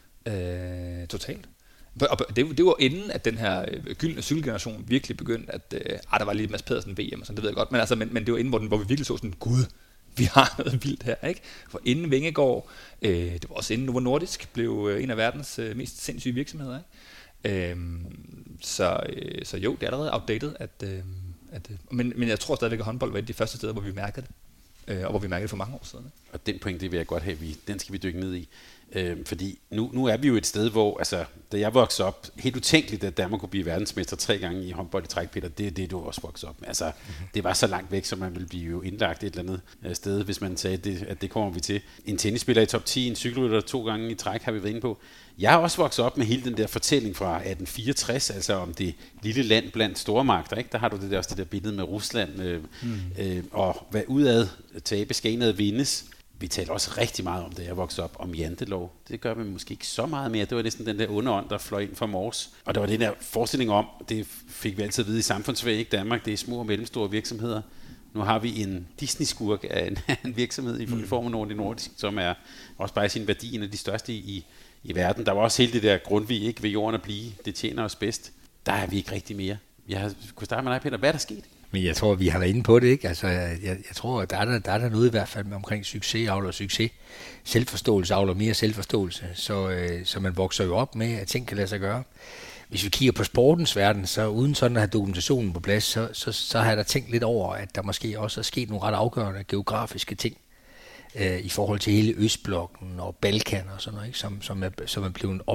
Totalt. Det var inden, at den her gyldne cykelgeneration virkelig begyndte, at der var lige Mads Pedersen VM og sådan, det ved jeg godt, men det var inden, hvor vi virkelig så sådan, gud, vi har noget vildt her, ikke? For inden Vingegaard, det var også inden Novo Nordisk blev en af verdens mest sindssyge virksomheder, ikke? Så jo, det er allerede outdated, men jeg tror stadigvæk, at håndbold var et af de første steder, hvor vi mærkede det, og hvor vi mærkede det for mange år siden. Ikke? Og den pointe, det vil jeg godt have, den skal vi dykke ned i. Fordi nu er vi jo et sted, hvor, altså, da jeg voksede op, helt utænkeligt, at Danmark kunne blive verdensmester 3 gange i håndbold i træk, Peter, det er det, du også voksede op med. Altså, det var så langt væk, så man ville blive jo indlagt et eller andet sted, hvis man sagde, at det kommer vi til. En tennisspiller i top 10, en cykelrytter 2 gange i træk, har vi været inde på. Jeg har også vokset op med hele den der fortælling fra 1864, altså om det lille land blandt store magter, ikke? Der har du også det der billede med Rusland, og hvad udad tabe skal indad vindes. Vi talte også rigtig meget om, da jeg voksede op, om jantelov. Det gør vi måske ikke så meget mere. Det var næsten den der onde ånd, der fløj ind fra Mors. Og der var den der forestilling om, det fik vi altid at vide i Samfundsfag, ikke? Danmark, det er små og mellemstore virksomheder. Nu har vi en Disney-skurk af en virksomhed i form af Novo Nordisk, som er også bare sin værdi en af de største i verden. Der var også hele det der Grundtvig, ikke? Ved jorden at blive, det tjener os bedst. Der er vi ikke rigtig mere. Jeg kunne starte med dig, Peter. Hvad er der sket? Men jeg tror, vi har været inde på det, ikke? Altså, jeg tror, at der er noget i hvert fald med omkring succes, avler og succes. Selvforståelse avler mere selvforståelse, så man vokser jo op med, at ting kan lade sig gøre. Hvis vi kigger på sportens verden, så uden sådan at have dokumentationen på plads, så har jeg da tænkt lidt over, at der måske også er sket nogle ret afgørende geografiske ting i forhold til hele Østblokken og Balkan og sådan noget, ikke? Som er blevet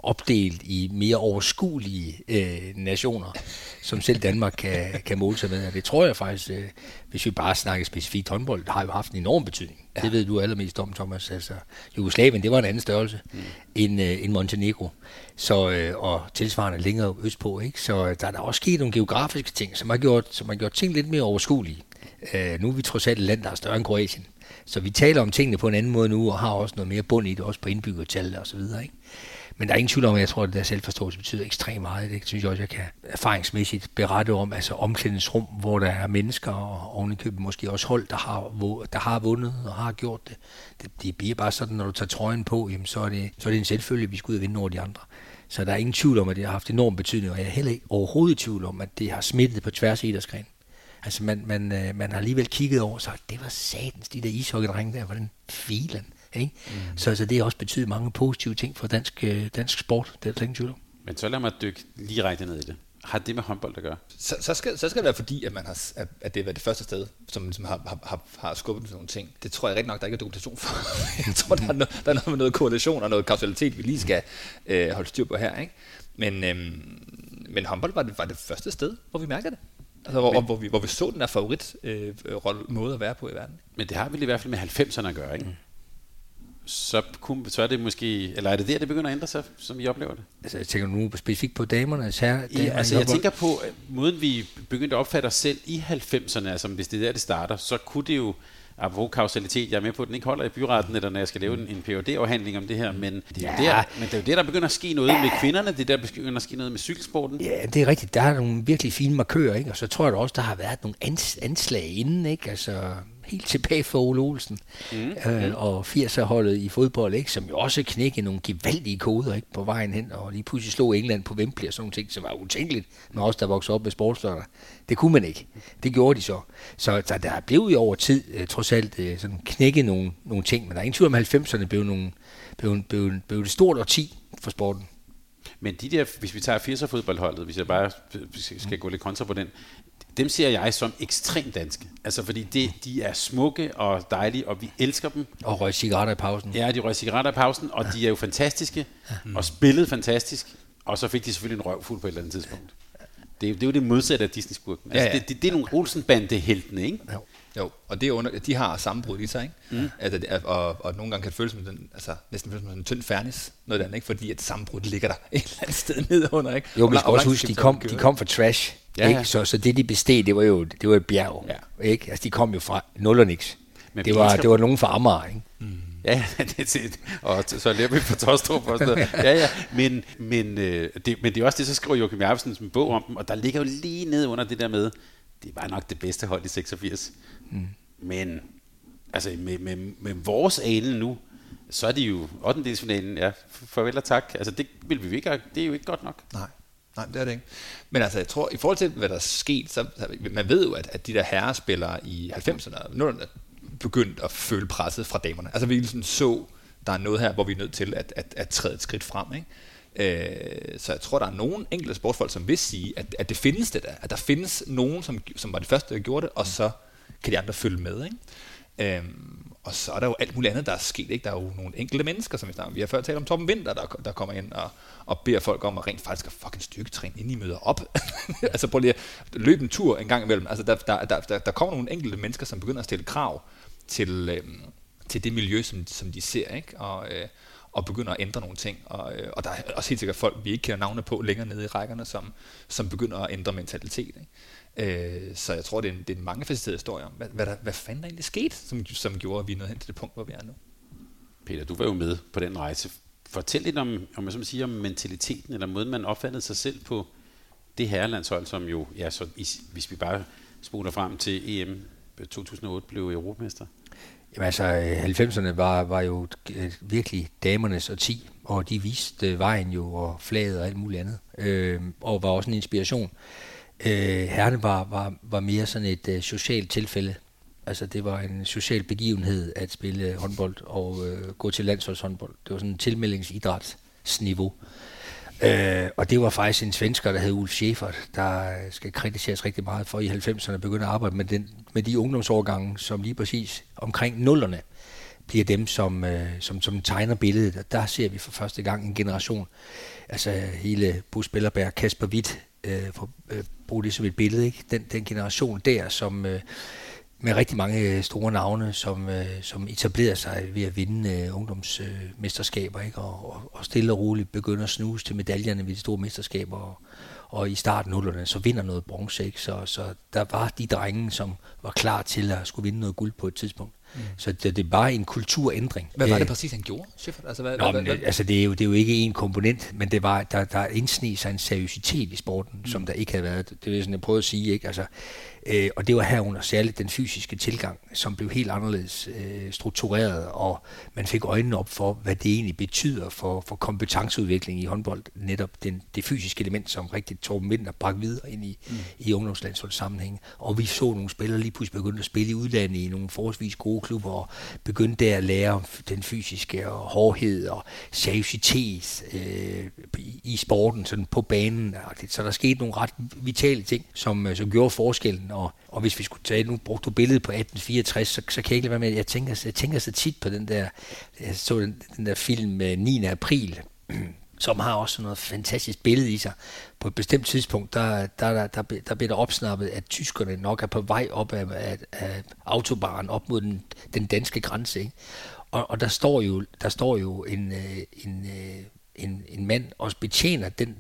opdelt i mere overskuelige nationer, som selv Danmark kan måle sig med. Og det tror jeg faktisk, hvis vi bare snakker specifikt håndbold, har jo haft en enorm betydning. Ja. Det ved du allermest om, Thomas. Altså, Jugoslavien, det var en anden størrelse end Montenegro. Så, og tilsvarende længere østpå. Ikke? Så der er der også sket nogle geografiske ting, som har gjort ting lidt mere overskuelige. Nu er vi trods alt et land, der er større end Kroatien. Så vi taler om tingene på en anden måde nu, og har også noget mere bund i det, også på indbyggertal og så videre, ikke? Men der er ingen tvivl om, at jeg tror, at det der selvforståelse betyder ekstremt meget. Det synes jeg også, jeg kan erfaringsmæssigt berette om, altså omklædningsrum, hvor der er mennesker, og ovenikøbet måske også hold, der har vundet og har gjort det. Det bliver bare sådan, når du tager trøjen på, jamen, så er det en selvfølge, at vi skal ud og vinde over de andre. Så der er ingen tvivl om, at det har haft enorm betydning, og jeg er heller ikke overhovedet i tvivl om, at det har smittet på tværs af idrætsgrenen. Altså man har alligevel kigget over og sagt, det var satans, de der ishockeydrenge der, hvordan filen, ikke? Så det har også betydet mange positive ting for dansk sport, det er der ingen tvivl om. Men så lad mig dykke lige rigtig ned i det. Har det med håndbold at gøre? Så skal det være fordi, at at det var det første sted, som har skubbet til nogle ting. Det tror jeg rigtig nok, der ikke er dokumentation for. Jeg tror, der er noget med noget korrelation og noget kausalitet, vi lige skal holde styr på her, ikke? Men håndbold var det første sted, hvor vi mærker det. Altså, hvor vi så den der måde at være på i verden. Men det har vi i hvert fald med 90'erne at gøre, ikke? Så er det måske, eller er det der, det begynder at ændre sig, som I oplever det? Altså, jeg tænker nu specifikt på damerne. Jeg tænker på måden, vi begyndte at opfatte os selv i 90'erne, altså hvis det er der, det starter, så kunne det jo, apropos kausalitet, jeg er med på, at den ikke holder i byretten, eller når jeg skal lave en PhD-afhandling om det her, men det er jo der begynder at ske noget med kvinderne, det er der begynder at ske noget med cykelsporten. Ja, det er rigtigt, der er nogle virkelig fine markører, ikke? Og så tror jeg da også, der har været nogle anslag inden, ikke? Altså helt tilbage for Ole Olsen og 80'er-holdet i fodbold, ikke? Som jo også knækkede nogle gevaldige koder, ikke? På vejen hen, og lige pludselig slog England på Wembley og sådan nogle ting, som var utænkeligt, når også der voksede op med sportsfløjter. Det kunne man ikke. Det gjorde de så. Så der blev jo over tid trods alt sådan knækket nogle ting, men der er ingen tvivl om, at 90'erne blev det stort årti for sporten. Men de der, hvis vi tager 80'er-fodboldholdet, hvis jeg bare skal gå lidt kontra på den, dem ser jeg som ekstremt danske. Altså fordi de er smukke og dejlige, og vi elsker dem. Og røg cigaretter i pausen. Ja, de røg cigaretter i pausen, og de er jo fantastiske, og spillede fantastisk, og så fik de selvfølgelig en røvfuld på et eller andet tidspunkt. Det er jo det modsatte af Disney-skurken. Altså, det er nogle Olsen-bande-heltene, ikke? Jo, og de har sammenbrud i sig, ikke? Altså, og nogle gange kan det føles som næsten føles som en tynd fernis, noget andet, ikke? Fordi at sammenbruddet ligger der et eller andet sted nedunder, ikke? Jo, men vi skal også huske, de kom fra trash, ikke? Så det de besteg, det var et bjerg, ikke? Altså de kom jo fra nul og niks. Det var nogen fra Amager, ikke? Ja, og så lærer vi på Tostrup og sådan noget. Ja, men det er også det, så skriver Joachim Jacobsen en bog om dem, og der ligger jo lige ned under det der med, det var nok det bedste hold i 86. Men altså med vores ane nu, så er de jo 8-delsfinalen, ja, farvel og tak. Altså det vil vi ikke, det er jo ikke godt nok. Nej, det er det ikke. Men altså, jeg tror, i forhold til, hvad der er sket, så man ved jo, at de der herrespillere i 90'erne og 00'erne begyndt at føle presset fra damerne. Altså, vi ligesom så, der er noget her, hvor vi er nødt til at træde et skridt frem, ikke? Så jeg tror, der er nogle enkelte sportsfolk, som vil sige, at det findes det der. At der findes nogen, som var det første, der gjorde det, og så kan de andre følge med, ikke? Og så er der jo alt muligt andet, der er sket, ikke? Der er jo nogle enkelte mennesker, som vi har før talt om, Torben Winther, der kommer ind og beder folk om at rent faktisk fucking styrketræne, inden I møder op. Altså prøv lige at løbe en tur en gang imellem. Altså der kommer nogle enkelte mennesker, som begynder at stille krav til det miljø, som de ser, ikke? Og begynder at ændre nogle ting. Og der er også helt sikkert folk, vi ikke kender navne på længere nede i rækkerne, som begynder at ændre mentalitet, ikke? Så jeg tror, det er en mangefacetteret historie om, hvad fanden der egentlig skete, som gjorde, at vi er nået hen til det punkt, hvor vi er nu. Peter, du var jo med på den rejse. Fortæl lidt om mentaliteten, eller måden, man opfattede sig selv på det herrelandshold, som jo, ja, så hvis vi bare spoler frem til EM 2008, blev europamester. Jamen altså, 90'erne var jo virkelig damernes årti, og de viste vejen jo, og flaget og alt muligt andet, og var også en inspiration. Herrene var mere sådan et socialt tilfælde. Altså det var en social begivenhed at spille håndbold og gå til landsholdshåndbold. Det var sådan en tilmeldingsidrætsniveau. Og det var faktisk en svensker, der hed Ulf Schäfer, der skal kritiseres rigtig meget for i 90'erne begyndte at arbejde med de ungdomsårgange, som lige præcis omkring nullerne bliver dem, som tegner billedet. Der ser vi for første gang en generation, altså hele Bo Spillerberg, Kasper Witt, for bruge det som et billede, ikke? Den generation der, som med rigtig mange store navne, som etablerer sig ved at vinde ungdomsmesterskaber, ikke? Og stille og roligt begynder at snuse til medaljerne ved de store mesterskaber, og i starten af 0'erne, så vinder noget bronze, ikke? Så der var de drenge, som var klar til at skulle vinde noget guld på et tidspunkt. Så det var en kulturændring. Hvad var det præcis, han gjorde, Schiffert? Altså, det er jo ikke én komponent, men det var, der indsneg sig en seriøsitet i sporten, som der ikke havde været. Det er sådan, jeg prøvede at sige, ikke? Altså, og det var herunder særligt den fysiske tilgang, som blev helt anderledes struktureret, og man fik øjnene op for, hvad det egentlig betyder for kompetenceudvikling i håndbold. Netop det fysiske element, som rigtig Torben Winther bragte videre ind i ungdomslandsholdssammenhæng. Og vi så nogle spillere lige pludselig begynde at spille i udlandet i nogle forholdsvis gode klubber, og begyndte der at lære den fysiske og hårdhed og seriøsitet i sporten, sådan på banen. Så der skete nogle ret vitale ting, som gjorde forskellen. Og hvis vi skulle tage, nu brugte du billedet på 1864, så kan jeg ikke lade være med, jeg tænker så tit på den der, jeg så den der film 9. april, som har også noget fantastisk billede i sig. På et bestemt tidspunkt, der blev der opsnappet, at tyskerne nok er på vej op af autobahnen op mod den danske grænse, ikke? Og der står jo en mand og betjener den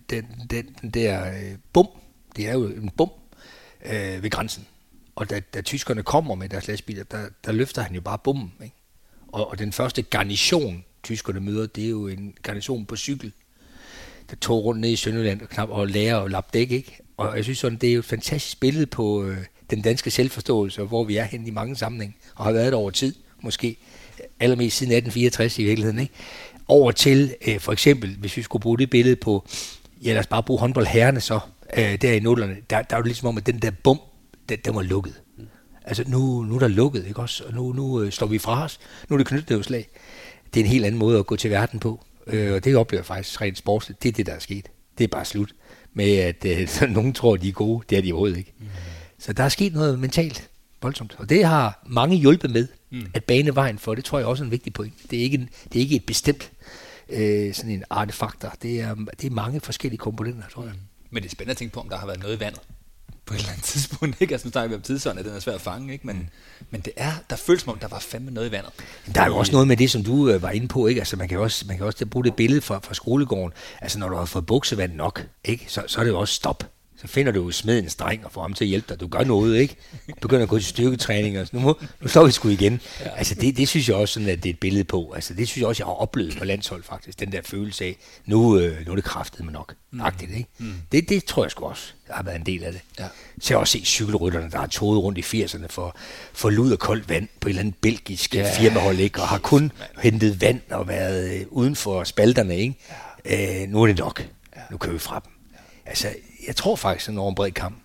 der bum. Det er jo en bum ved grænsen. Og da tyskerne kommer med deres lastbiler, der løfter han jo bare bummen, ikke? Og den første garnison, tyskerne møder, det er jo en garnison på cykel, der tog rundt ned i Sønderjylland og lærer at lappe dæk, ikke? Og jeg synes sådan, det er jo et fantastisk billede på den danske selvforståelse, hvor vi er henne i mange sammenhæng, og har været der over tid, måske allermest siden 1864 i virkeligheden, ikke? Over til for eksempel, hvis vi skulle bruge det billede på, ja, lad os bare bruge håndboldherrerne så, der i 0'erne, der er det ligesom om, at den der bum, den var lukket. Altså nu er der lukket, ikke også? Og nu står vi fra os. Nu er det knytnæveslag. Det er en helt anden måde at gå til verden på. Og det oplever jeg faktisk rent sportsligt. Det er det, der er sket. Det er bare slut med, at nogen tror, de er gode. Det er de overhovedet ikke. Så der er sket noget mentalt voldsomt. Og det har mange hjulpet med at bane vejen for. Det tror jeg også er en vigtig point. Det er ikke et bestemt sådan en artefaktor. Det er mange forskellige komponenter, tror jeg. Men det er spændende at tænke på, om der har været noget i vandet på et eller andet tidspunkt, ikke? Altså nu snakker vi om tidsånden, at den er svær at fange, ikke? Men der føles som om, der var fandme noget i vandet. Der er jo også noget med det, som du var inde på, ikke? Altså man kan også bruge det billede fra skolegården. Altså når du har fået buksevand nok, ikke? Så er det jo også stop. Så finder du jo smedens dreng og får ham til at hjælpe dig. Du gør noget, ikke? Begynder at gå til styrketræning og nu står vi sgu igen. Ja. Altså det synes jeg også sådan, at det er et billede på. Altså det synes jeg også, jeg har oplevet på landshold faktisk. Den der følelse af, nu er det kraftedeme nok. Agtigt, ikke? Det tror jeg sgu også, der har været en del af det. Ja. Så jeg har også set cykelrytterne, der har toget rundt i 80'erne for lud og koldt vand på et eller andet belgisk firmahold, ikke? Og har kun hentet vand og været uden for spalterne, ikke? Ja. Nu er det nok. Ja. Nu kører vi fra dem. Ja. Altså, jeg tror faktisk, at over en bred kamp,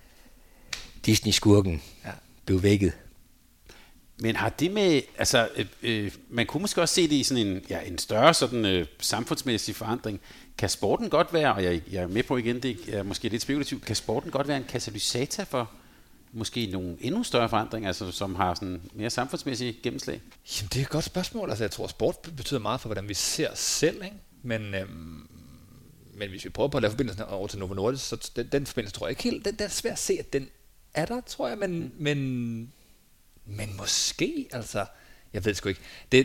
Disney-skurken blev vækket. Men har det med, altså, man kunne måske også se det i sådan en større sådan, samfundsmæssig forandring. Kan sporten godt være, og jeg er med på igen, det er måske lidt spekulativt, kan sporten godt være en katalysator for måske nogle endnu større forandringer, altså, som har sådan mere samfundsmæssig gennemslag? Jamen, det er et godt spørgsmål. Altså, jeg tror, sport betyder meget for, hvordan vi ser os selv, ikke? Men hvis vi prøver på at lave forbindelsen over til Novo Nordisk, så den forbindelse tror jeg ikke helt, den er svært at se, at den er der, tror jeg, men måske, altså, jeg ved sgu ikke.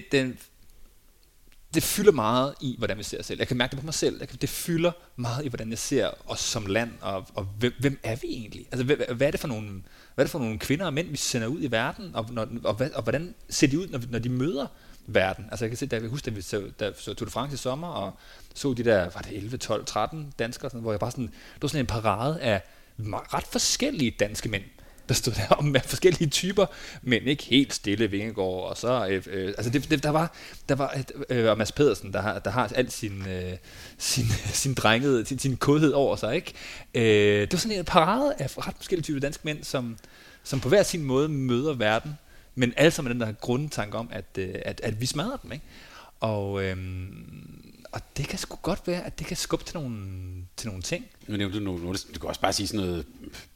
Det fylder meget i, hvordan vi ser os selv. Jeg kan mærke det på mig selv. Det fylder meget i, hvordan jeg ser os som land, og hvem er vi egentlig? Altså, hvad er det for nogle kvinder og mænd, vi sender ud i verden, og hvordan ser de ud, når de møder verden? Altså, jeg kan se, da jeg husker, da vi så Tour de France i sommer, og så de der, var det 11, 12, 13 danskere, sådan, hvor jeg bare sådan, det var sådan en parade af ret forskellige danske mænd, der stod der med forskellige typer, men ikke helt stille Vingegaard, og så, altså der var Mads Pedersen, der har alt sin drengede, sin kodhed over sig, ikke? Det var sådan en parade af ret forskellige typer danske mænd, som på hver sin måde møder verden, men alle sammen den der grundtanke om, at vi smadrer dem, ikke? Og det kan sgu godt være, at det kan skubbe til nogle ting. Nu nævnte du kan også bare sige sådan noget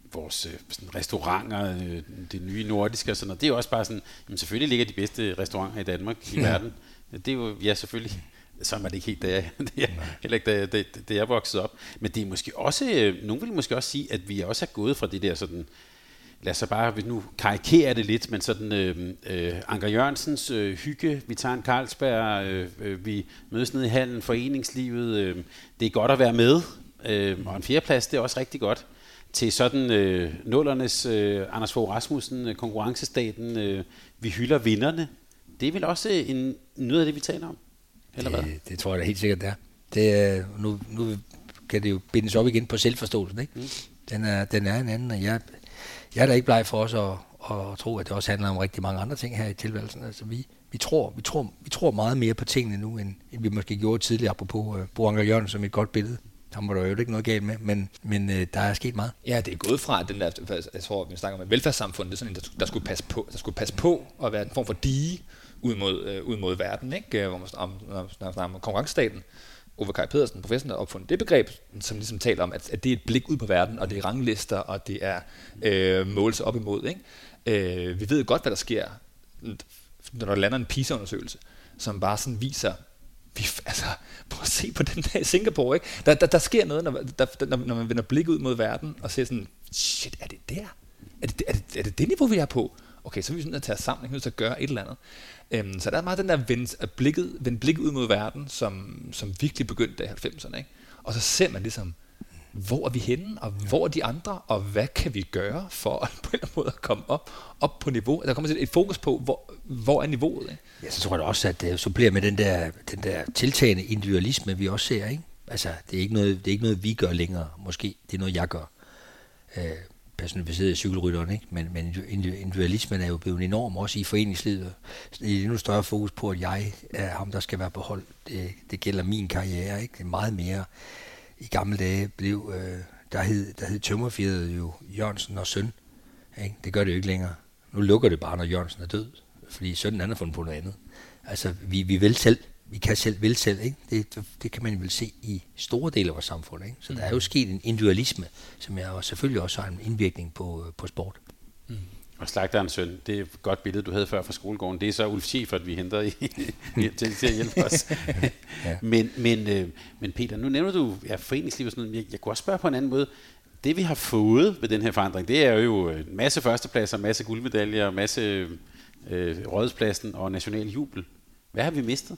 vores sådan restauranter, det nye nordiske og sådan noget. Det er jo også bare sådan, jamen selvfølgelig ligger de bedste restauranter i Danmark i verden. Det er jo, ja selvfølgelig, sådan var det ikke helt, heller ikke da jeg voksede op. Men det er måske også, nogen vil måske også sige, at vi også er gået fra det der sådan, lad os så bare nu karikere det lidt, men sådan Anker Jørgensens hygge, vi tager en Carlsberg, vi mødes nede i hallen, foreningslivet, det er godt at være med, og en fjerdeplads, det er også rigtig godt, til sådan nullernes Anders Fogh Rasmussen, konkurrencestaten, vi hylder vinderne. Det er vel også noget af det, vi taler om, eller hvad? Det tror jeg da helt sikkert, det er. Nu kan det jo bindes op igen på selvforståelsen, ikke? Den er en anden, og jeg er da ikke bleg for os at tro, at det også handler om rigtig mange andre ting her i tilværelsen. Altså vi tror meget mere på tingene nu, end vi måske gjorde tidligere, apropos Bo Anker Jørgensen som et godt billede. Der må der jo ikke noget galt med, men der er sket meget. Ja, det er gået fra den der, jeg tror, vi snakker om et velfærdssamfund, det er sådan en, der skulle passe på at være en form for dige ud mod verden, ikke? Hvor man snakker om konkurrencestaten. Ove Kaj Pedersen, professoren, har opfundet det begreb, som ligesom taler om, at det er et blik ud på verden, og det er ranglister, og det er måles op imod, ikke? Vi ved godt, hvad der sker, når der lander en PISA-undersøgelse, som bare sådan viser, prøv at se på den der i Singapore, ikke? Der sker noget, når man vender blik ud mod verden, og ser sådan, shit, er det der? Er det niveau, vi er på? Okay, så er vi sådan at tage os sammen, ikke? Nødt til at gøre et eller andet. Så der er meget den der vende blik ud mod verden, som virkelig begyndte i 90'erne, ikke? Og så ser man ligesom, hvor er vi henne, og hvor er de andre, og hvad kan vi gøre for at på en eller anden måde at komme op på niveau? Der kommer til et fokus på, hvor er niveauet, ikke? Ja, så tror jeg også, at det supplerer med den der tiltagende individualisme, vi også ser, ikke? Altså, det er ikke noget, vi gør længere, måske. Det er noget, jeg gør. Personificeret cykelrytteren, ikke? Men individualismen er jo blevet enorm, også i foreningslivet. Det er endnu større fokus på, at jeg er ham, der skal være på hold. Det gælder min karriere, ikke? Det er meget mere. I gamle dage blev, der hed tømmerfirmaet jo Jørgensen og søn. Ikke? Det gør det jo ikke længere. Nu lukker det bare, når Jørgensen er død, fordi sønnen har fundet på noget andet. Altså, vi vil selv. Vi kan vil selv, ikke? Det kan man vel se i store dele af vores samfund, ikke? Så der er jo sket en individualisme, som jeg selvfølgelig også har en indvirkning på sport. Og slagterens søn, det er et godt billede, du havde før fra skolegården. Det er så Ulf Schiefert, vi henter til at hjælpe os. Ja. Men Peter, nu nævner du foreningsliv og sådan noget. Jeg kunne også spørge på en anden måde. Det vi har fået ved den her forandring, det er jo en masse førstepladser, en masse guldmedaljer, en masse rådspladsen og national jubel. Hvad har vi mistet?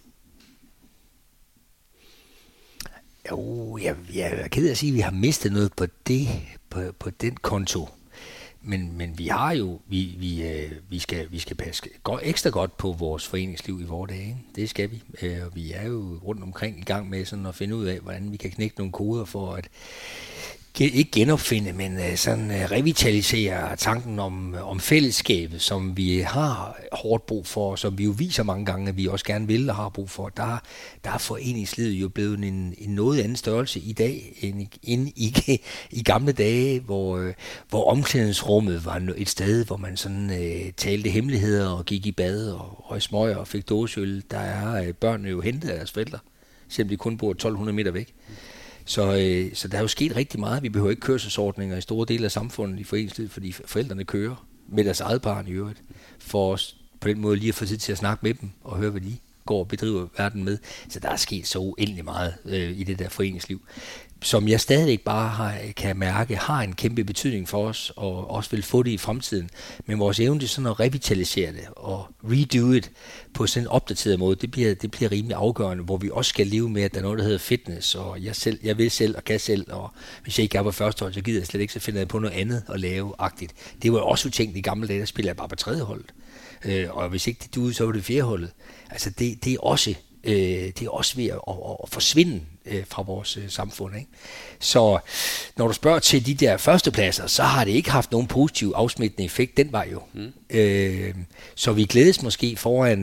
Jo, jeg er ked af at sige, at vi har mistet noget på den konto. Men vi har jo, vi skal passe ekstra godt på vores foreningsliv i vore dage. Det skal vi. Og vi er jo rundt omkring i gang med sådan at finde ud af, hvordan vi kan knække nogle koder for at ikke genopfinde, men sådan revitalisere tanken om fællesskabet, som vi har hårdt brug for, som vi jo viser mange gange, at vi også gerne vil og har brug for. Der er foreningslivet jo blevet en noget anden størrelse i dag, end i gamle dage, hvor omklædningsrummet var et sted, hvor man sådan talte hemmeligheder og gik i bad og røg smøger og fik dåseøl. Der er børnene jo hentet af deres forældre, selvom de kun bor 1200 meter væk. Så der er jo sket rigtig meget. Vi behøver ikke kørselsordninger i store dele af samfundet i foreningslivet, fordi forældrene kører med deres eget barn i øvrigt, for os på den måde lige at få tid til at snakke med dem og høre, hvad de går og bedriver verden med. Så der er sket så uendelig meget i det der foreningsliv, som jeg stadig bare kan mærke, har en kæmpe betydning for os, og også vil få det i fremtiden. Men vores evne til sådan at revitalisere det og redo it på sådan en opdateret måde, det bliver rimelig afgørende, hvor vi også skal leve med, at der er noget, der hedder fitness, og jeg vil selv og kan selv, og hvis jeg ikke er på første hold, så gider jeg slet ikke, så finder jeg på noget andet at lave-agtigt. Det var også utænkt i gamle dage, der spiller jeg bare på tredje hold. Og hvis ikke det duede, så var det fjerde holdet. Altså det er også ved at forsvinde fra vores samfund, ikke? Så når du spørger til de der førstepladser, så har det ikke haft nogen positiv afsmittende effekt den vej jo. Så vi glædes måske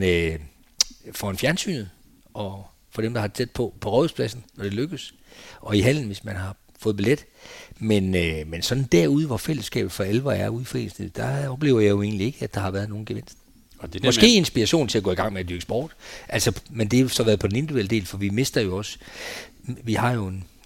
foran fjernsynet, og for dem, der har tæt på rådhuspladsen, når det lykkes, og i hallen, hvis man har fået billet. Men sådan derude, hvor fællesskabet for alvor er ude i foreningslivet, der oplever jeg jo egentlig ikke, at der har været nogen gevinst. Måske inspiration til at gå i gang med at dyrke sport. Altså, men det har så været på den individuelle del, for vi mister jo også. Vi har jo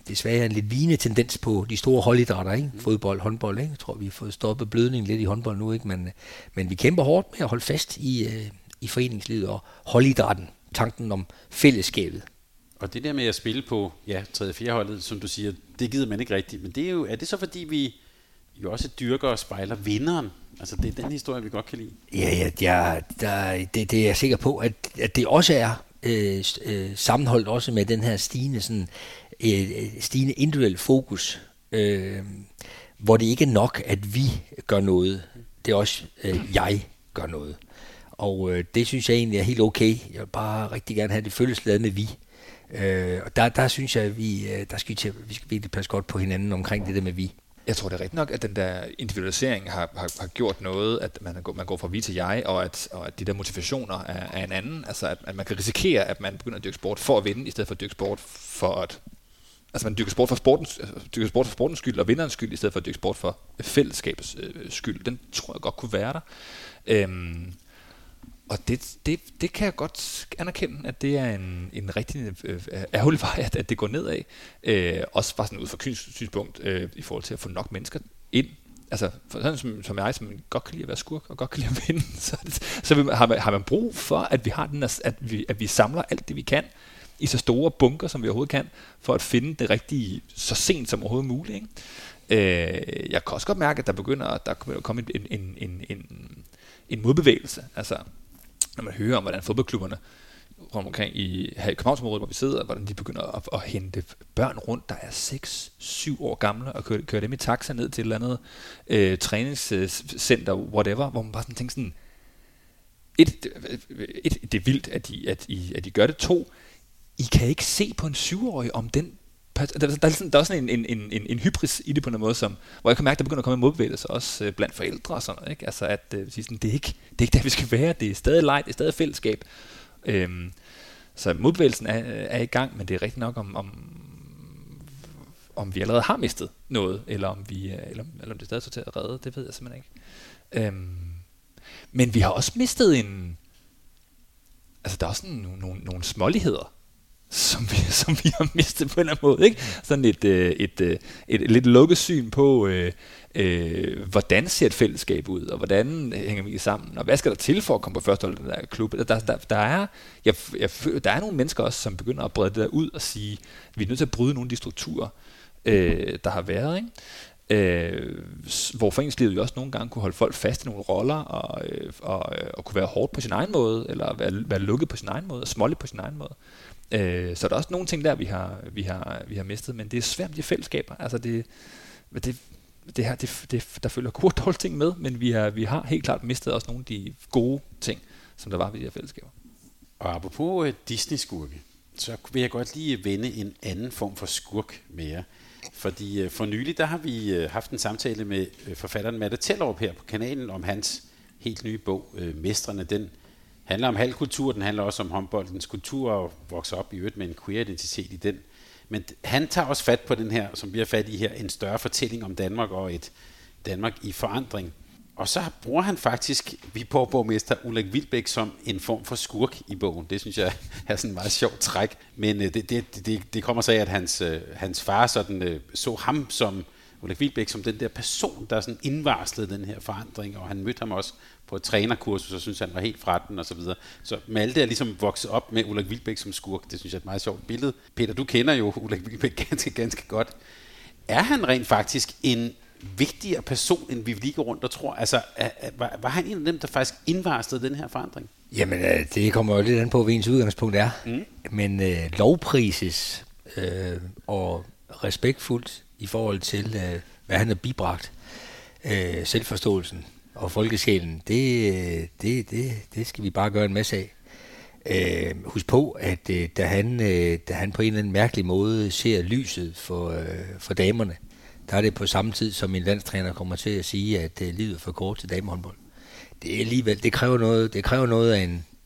desværre er en lidt vigende tendens på de store holdidrætter, ikke? Fodbold, håndbold, ikke? Jeg tror, vi har fået stoppet blødningen lidt i håndbold nu, ikke? Men vi kæmper hårdt med at holde fast i foreningslivet og holdidrætten. Tanken om fællesskabet. Og det der med at spille på 3. og 4. holdet, som du siger, det gider man ikke rigtigt. Men det er det så fordi, vi jo også dyrker og spejler vinderen? Altså det er den historie, vi godt kan lide. Det er jeg sikker på, at det også er sammenholdt også med den her stigende individuel fokus, hvor det ikke er nok, at vi gør noget. Det er også, jeg gør noget. Og det synes jeg egentlig er helt okay. Jeg vil bare rigtig gerne have det følelsesladet med vi. Og der synes jeg, at vi skal virkelig passe godt på hinanden omkring det der med vi. Jeg tror, det er rigtigt nok, at den der individualisering har gjort noget, at man går fra vi til jeg, og at de der motivationer er en anden. Altså, at man kan risikere, at man begynder at dyrke sport for at vinde, i stedet for at dyrke sport for at... Altså, man dyrker sport for sportens skyld og vinderens skyld, i stedet for at dyrke sport for fællesskabets skyld. Den tror jeg godt kunne være der. Og det kan jeg godt anerkende, at det er en rigtig ærgerlig vej, at det går nedad. Også bare sådan ud fra synspunkt i forhold til at få nok mennesker ind. Altså sådan som jeg, som godt kan lide at være skurk og godt kan lide at vinde, så har man brug for, at vi har den, at vi samler alt det vi kan i så store bunker, som vi overhovedet kan, for at finde det rigtige så sent som overhovedet muligt. Ikke? Jeg kan også godt mærke, at der begynder at komme en modbevægelse. Altså når man hører om, hvordan fodboldklubberne rundt omkring her i Københavnsområdet, hvor vi sidder, hvordan de begynder at hente børn rundt, der er 6-7 år gamle, og køre dem i taxa ned til et eller andet træningscenter, whatever, hvor man bare sådan tænker sådan, det er vildt, at de gør det. 2, I kan ikke se på en 7-årig om den. Der er også sådan en hybris i det på en måde, hvor jeg kan mærke, at der begynder at komme en modbevægelse også blandt forældre og sådan noget, ikke? Altså at sådan, det er ikke der vi skal være, det er stadig leg, det er stadig fællesskab. Så modbevægelsen er i gang, men det er rigtigt nok om vi allerede har mistet noget, eller om det stadig er til at redde, det ved jeg simpelthen ikke. Men vi har også mistet altså der er også nogle småligheder, som vi har mistet på en eller anden måde, ikke? Sådan et lidt lukket syn på, hvordan ser et fællesskab ud, og hvordan hænger vi sammen, og hvad skal der til for at komme på første hold i den der klub? Der er nogle mennesker også, som begynder at brede det der ud og sige, at vi er nødt til at bryde nogle af de strukturer, der har været, ikke? Hvor foreningslivet jo også nogle gange kunne holde folk fast i nogle roller og kunne være hårdt på sin egen måde, eller være lukket på sin egen måde, og smålig på sin egen måde. Så der er også nogle ting der, vi har mistet, men det er svært med de fællesskaber. Altså der følger gode og dårlige ting med, men vi har helt klart mistet også nogle af de gode ting, som der var ved de her fællesskaber. Og apropos Disney-skurke, så vil jeg godt lige vende en anden form for skurk med jer. Fordi for nylig, der har vi haft en samtale med forfatteren Matte Tellerup her på kanalen om hans helt nye bog, Mestrene. Den handler om halvkultur, den handler også om håndboldens kultur og vokser op i øvrigt med en queer-identitet i den. Men han tager også fat på den her, som vi har fat i her, en større fortælling om Danmark og et Danmark i forandring. Og så bruger han faktisk Viborg-borgmester Ulrik Wilbek som en form for skurk i bogen. Det synes jeg er sådan en meget sjovt træk. Men det kommer så af, at hans far sådan, så ham som Ulrik Wilbek som den der person, der sådan indvarslede den her forandring. Og han mødte ham også på et trænerkursus, og synes han var helt fra den og så videre. Så Malte er ligesom vokset op med Ulrik Wilbek som skurk. Det synes jeg er et meget sjovt billede. Peter, du kender jo Ulrik Wilbek ganske godt. Er han rent faktisk en vigtigere person, end vi lige går rundt og tror? Altså, var han en af dem, der faktisk indvarslede den her forandring? Jamen, det kommer jo lidt an på, hvad ens udgangspunkt er. Men lovprises og respektfuldt i forhold til, hvad han har bibragt, selvforståelsen og folkesjælen, det skal vi bare gøre en masse af. Husk på, at da han på en eller anden mærkelig måde ser lyset for damerne, der er det på samme tid, som en landstræner kommer til at sige, at livet er for kort til damehåndbold. Det er alligevel, det kræver noget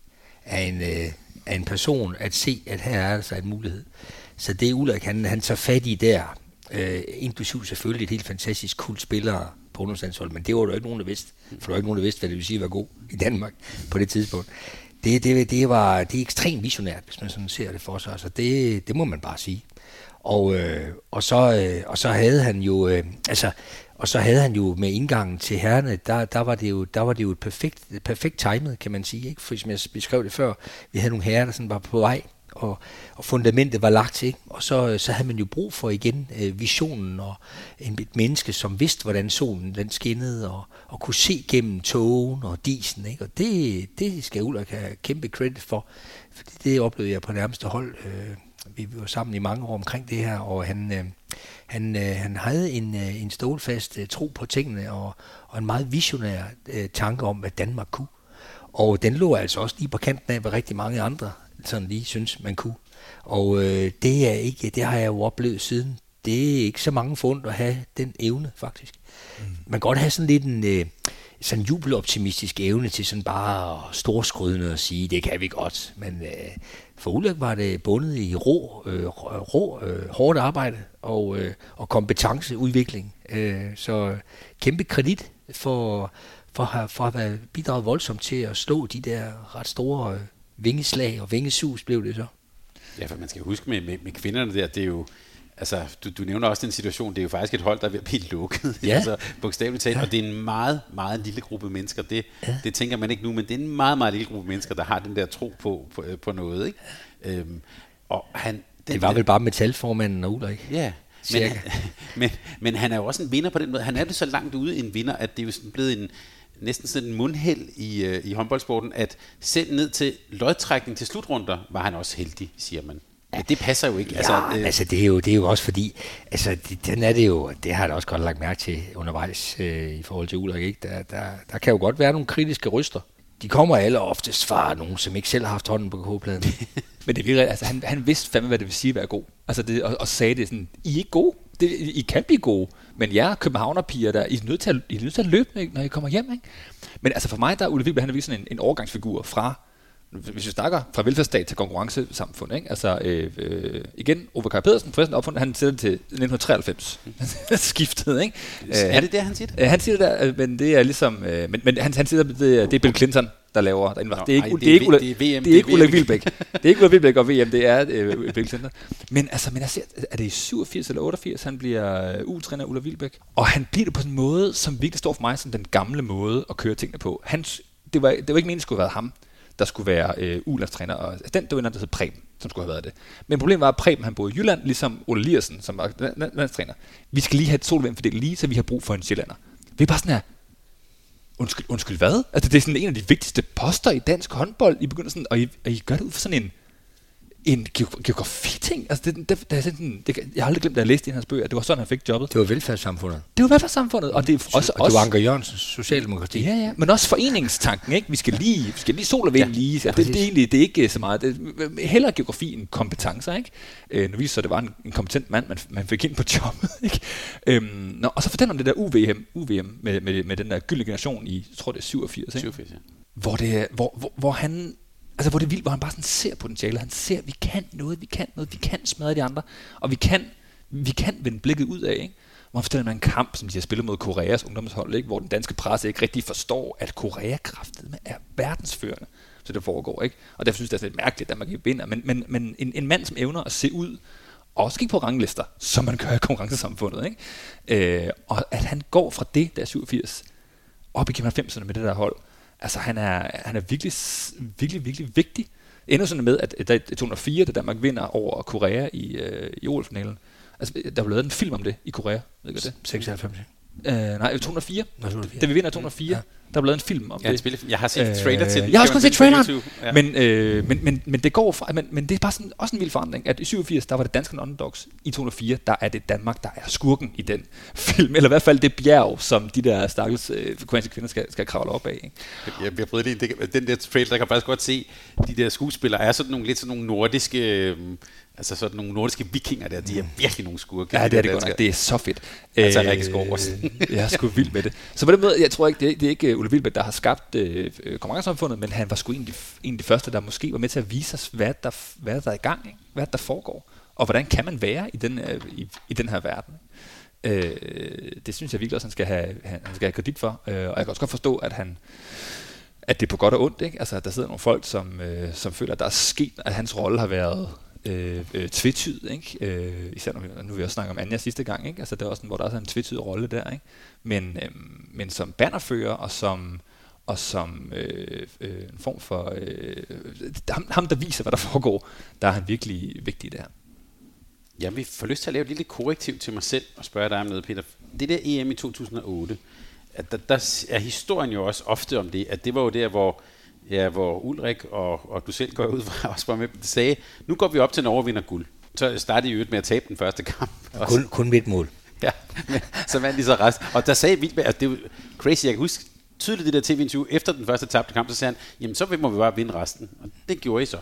af en person at se, at her er altså en mulighed. Så det Ulrik, han tager fat i der, inklusiv selvfølgelig et helt fantastisk kult spillere på ungdomslandshold, men det var der ikke nogen, der vidste, for der var ikke nogen, der vidste, hvad det vil sige at være god i Danmark på det tidspunkt. Det er ekstremt visionært, hvis man sådan ser det for sig, altså det må man bare sige. Og så havde han jo, og så havde han jo med indgangen til herrene, der var det jo et perfekt timet, kan man sige, ikke? For som jeg beskrev det før, vi havde nogle herrer, der sådan var på vej, og fundamentet var lagt, ikke? Og så havde man jo brug for igen visionen og et menneske, som vidste, hvordan solen den skinnede, og kunne se gennem tågen og disen, ikke? Og det skal Ulrik have kæmpe credit for, fordi det oplevede jeg på nærmeste hold. Vi var sammen i mange år omkring det her, og han havde en stålfast tro på tingene, og en meget visionær tanke om, hvad Danmark kunne. Og den lå altså også lige på kanten af, hvad rigtig mange andre sådan lige synes, man kunne. Og det har jeg jo oplevet siden. Det er ikke så mange fundet at have den evne, faktisk. Man kan godt have sådan lidt en sådan jubeloptimistisk evne til sådan bare storskrydende og sige, det kan vi godt. Men for Ulrik var det bundet i hårdt arbejde og kompetenceudvikling. Så kæmpe kredit for at have bidraget voldsomt til at slå de der ret store vingeslag og vingesus blev det så. Ja, for man skal huske med kvinderne der, det er jo, altså du nævner også den situation, det er jo faktisk et hold, der er ved at blive lukket, ja. Altså bogstaveligt talt, og det er en meget, meget lille gruppe mennesker, det tænker man ikke nu, men det er en meget, meget lille gruppe mennesker, der har den der tro på noget, ikke? Og det var vel bare metalformanden og Ulrik. Ja, men han er jo også en vinder på den måde. Han er det så langt ude en vinder, at det er jo sådan blevet næsten sådan en mundheld i håndboldsporten, at selv ned til lodtrækning til slutrunder var han også heldig, siger man. Men det passer jo ikke. Ja, det er jo også fordi, den er det jo, det har jeg da også godt lagt mærke til undervejs i forhold til Ulrik, ikke? Der kan jo godt være nogle kritiske røster. De kommer alle oftest fra nogen, som ikke selv har haft hånden på kogepladen. Men det virker, altså han vidste fandme, hvad det vil sige at være god. Altså det, og sagde det sådan, I er ikke gode. I kan blive gode, men jer københavnerpiger, der I er nødt til at løbe, når I kommer hjem, ikke? Men altså for mig, der er Ulla Vilberg, han er sådan en overgangsfigur fra, hvis vi snakker fra velfærdsstat til konkurrencesamfund, ikke? Altså igen, Ove Kaj Pedersen, forresten opfundet, han sætter det til 1993. Skiftet, ikke? Er det han siger det? Han siger det der, men det er ligesom, men han siger det er Bill Clinton, der laver. Det er ikke Ulla Vilbæk. Det er ikke Ulla Vilbæk og VM, det er Bill Clinton. Men altså, er det i 87 eller 88, han bliver U-træner Ulla Vilbæk? Og han bliver det på sådan en måde, som virkelig står for mig som den gamle måde at køre tingene på. Det var ikke meningen, det skulle have været ham, der skulle være U-landstræner. Og det var en, der hed Preben, som skulle have været det. Men problemet var, at Preben han boede i Jylland, ligesom Ole Liersen, som var landstræner. Vi skal lige have et solvand fordelt lige, så vi har brug for en sjællander. Vi er bare sådan her, undskyld hvad? Altså det er sådan en af de vigtigste poster i dansk håndbold i begyndelsen, og I gør det ud for sådan en geografi-ting. Altså jeg har aldrig glemt, da jeg læste i hans bøger, at det var sådan, han fik jobbet. Det var velfærdssamfundet. Og det er også... Og det var Anker Jørgensens socialdemokrati. Ja, men også foreningstanken, ikke? Vi skal lige sol og vind lige. Altså, det er ikke så meget. Heller geografi end kompetencer, ikke? Nu viser så, at det var en kompetent mand, man fik ind på jobbet, ikke? Og så fortæller om det der UVM med den der gyldne generation i, jeg tror det er 87, ikke? 87, ja. Hvor han... Altså hvor det er vildt, hvor han bare sådan ser potentialet. Han ser, vi kan noget, vi kan smadre de andre, og vi kan vende blikket ud af, ikke? Hvor han fortæller man en kamp, som de har spillet mod Koreas ungdomshold, ikke? Hvor den danske presse ikke rigtig forstår, at Korea kraftedeme er verdensførende, så det foregår, ikke? Og derfor synes jeg, det er lidt mærkeligt, at man kan vinde. Men en mand, som evner at se ud, og også kigge på ranglister, som man gør i konkurrencesamfundet, ikke? Og at han går fra det, der er 87, op i 90'erne med det der hold. Altså han er virkelig, virkelig, virkelig vigtig. Endnu sådan med, at i 2004, da Danmark vinder over Korea i OL-finalen, altså der blev lavet en film om det i Korea, ved du det? 96. Nej, 2004. Da vi vinder 2004, der blev lavet en film om det. Jeg har set trailer til den. Jeg har også kun set traileren. Ja. Men det går fra, men det er bare sådan også en vild forandring, at i 87, der var det danske underdogs. I 2004, der er det Danmark, der er skurken i den film, eller i hvert fald det bjerg, som de der stakkels koreanske kvinder skal kravle op af, ikke? Jeg prøvede lige den der trailer, der kan faktisk godt se, de der skuespillere er sådan nogle nordiske... Altså sådan nogle nordiske vikinger der, de er virkelig nogle skurke. Ja, det er det godt nok. Det er så fedt. Altså Rikke Skovs. Jeg er sgu vild med det. Så på den måde, jeg tror ikke, det er ikke Ulla Vilbæk, der har skabt konkurrencesamfundet, men han var sgu en af de første, der måske var med til at vise os, hvad der er i gang, ikke? Hvad der foregår, og hvordan kan man være i den her verden. Det synes jeg virkelig også, han skal have kredit for, og jeg kan også godt forstå, at det er på godt og ondt, ikke? Altså, at der sidder nogle folk, som føler, at der er sket, at hans rolle har været tvetydig, ikke? Især nu vil jeg snakke om Anja sidste gang, ikke? Altså det er også sådan, hvor der også er en tvetydig rolle der, ikke? Men som bannerfører og som en form for ham der viser, hvad der foregår, der er han virkelig vigtig der. Jeg vil få lyst til at lave et lille korrektiv til mig selv og spørge dig om noget, Peter. Det der EM i 2008, at der er historien jo også ofte om det, at det var jo der, hvor Ulrik og du selv går ud fra også var med, sagde, nu går vi op til Norge og vinder guld. Så startede I jo med at tabe den første kamp. Kun mit mål. Ja, men så vandt de så rest. Og der sagde Wiltberg, at det var crazy, jeg kan huske tydeligt det der tv-interview efter den første tabte kamp, så sagde han, jamen så må vi bare vinde resten. Og det gjorde I så.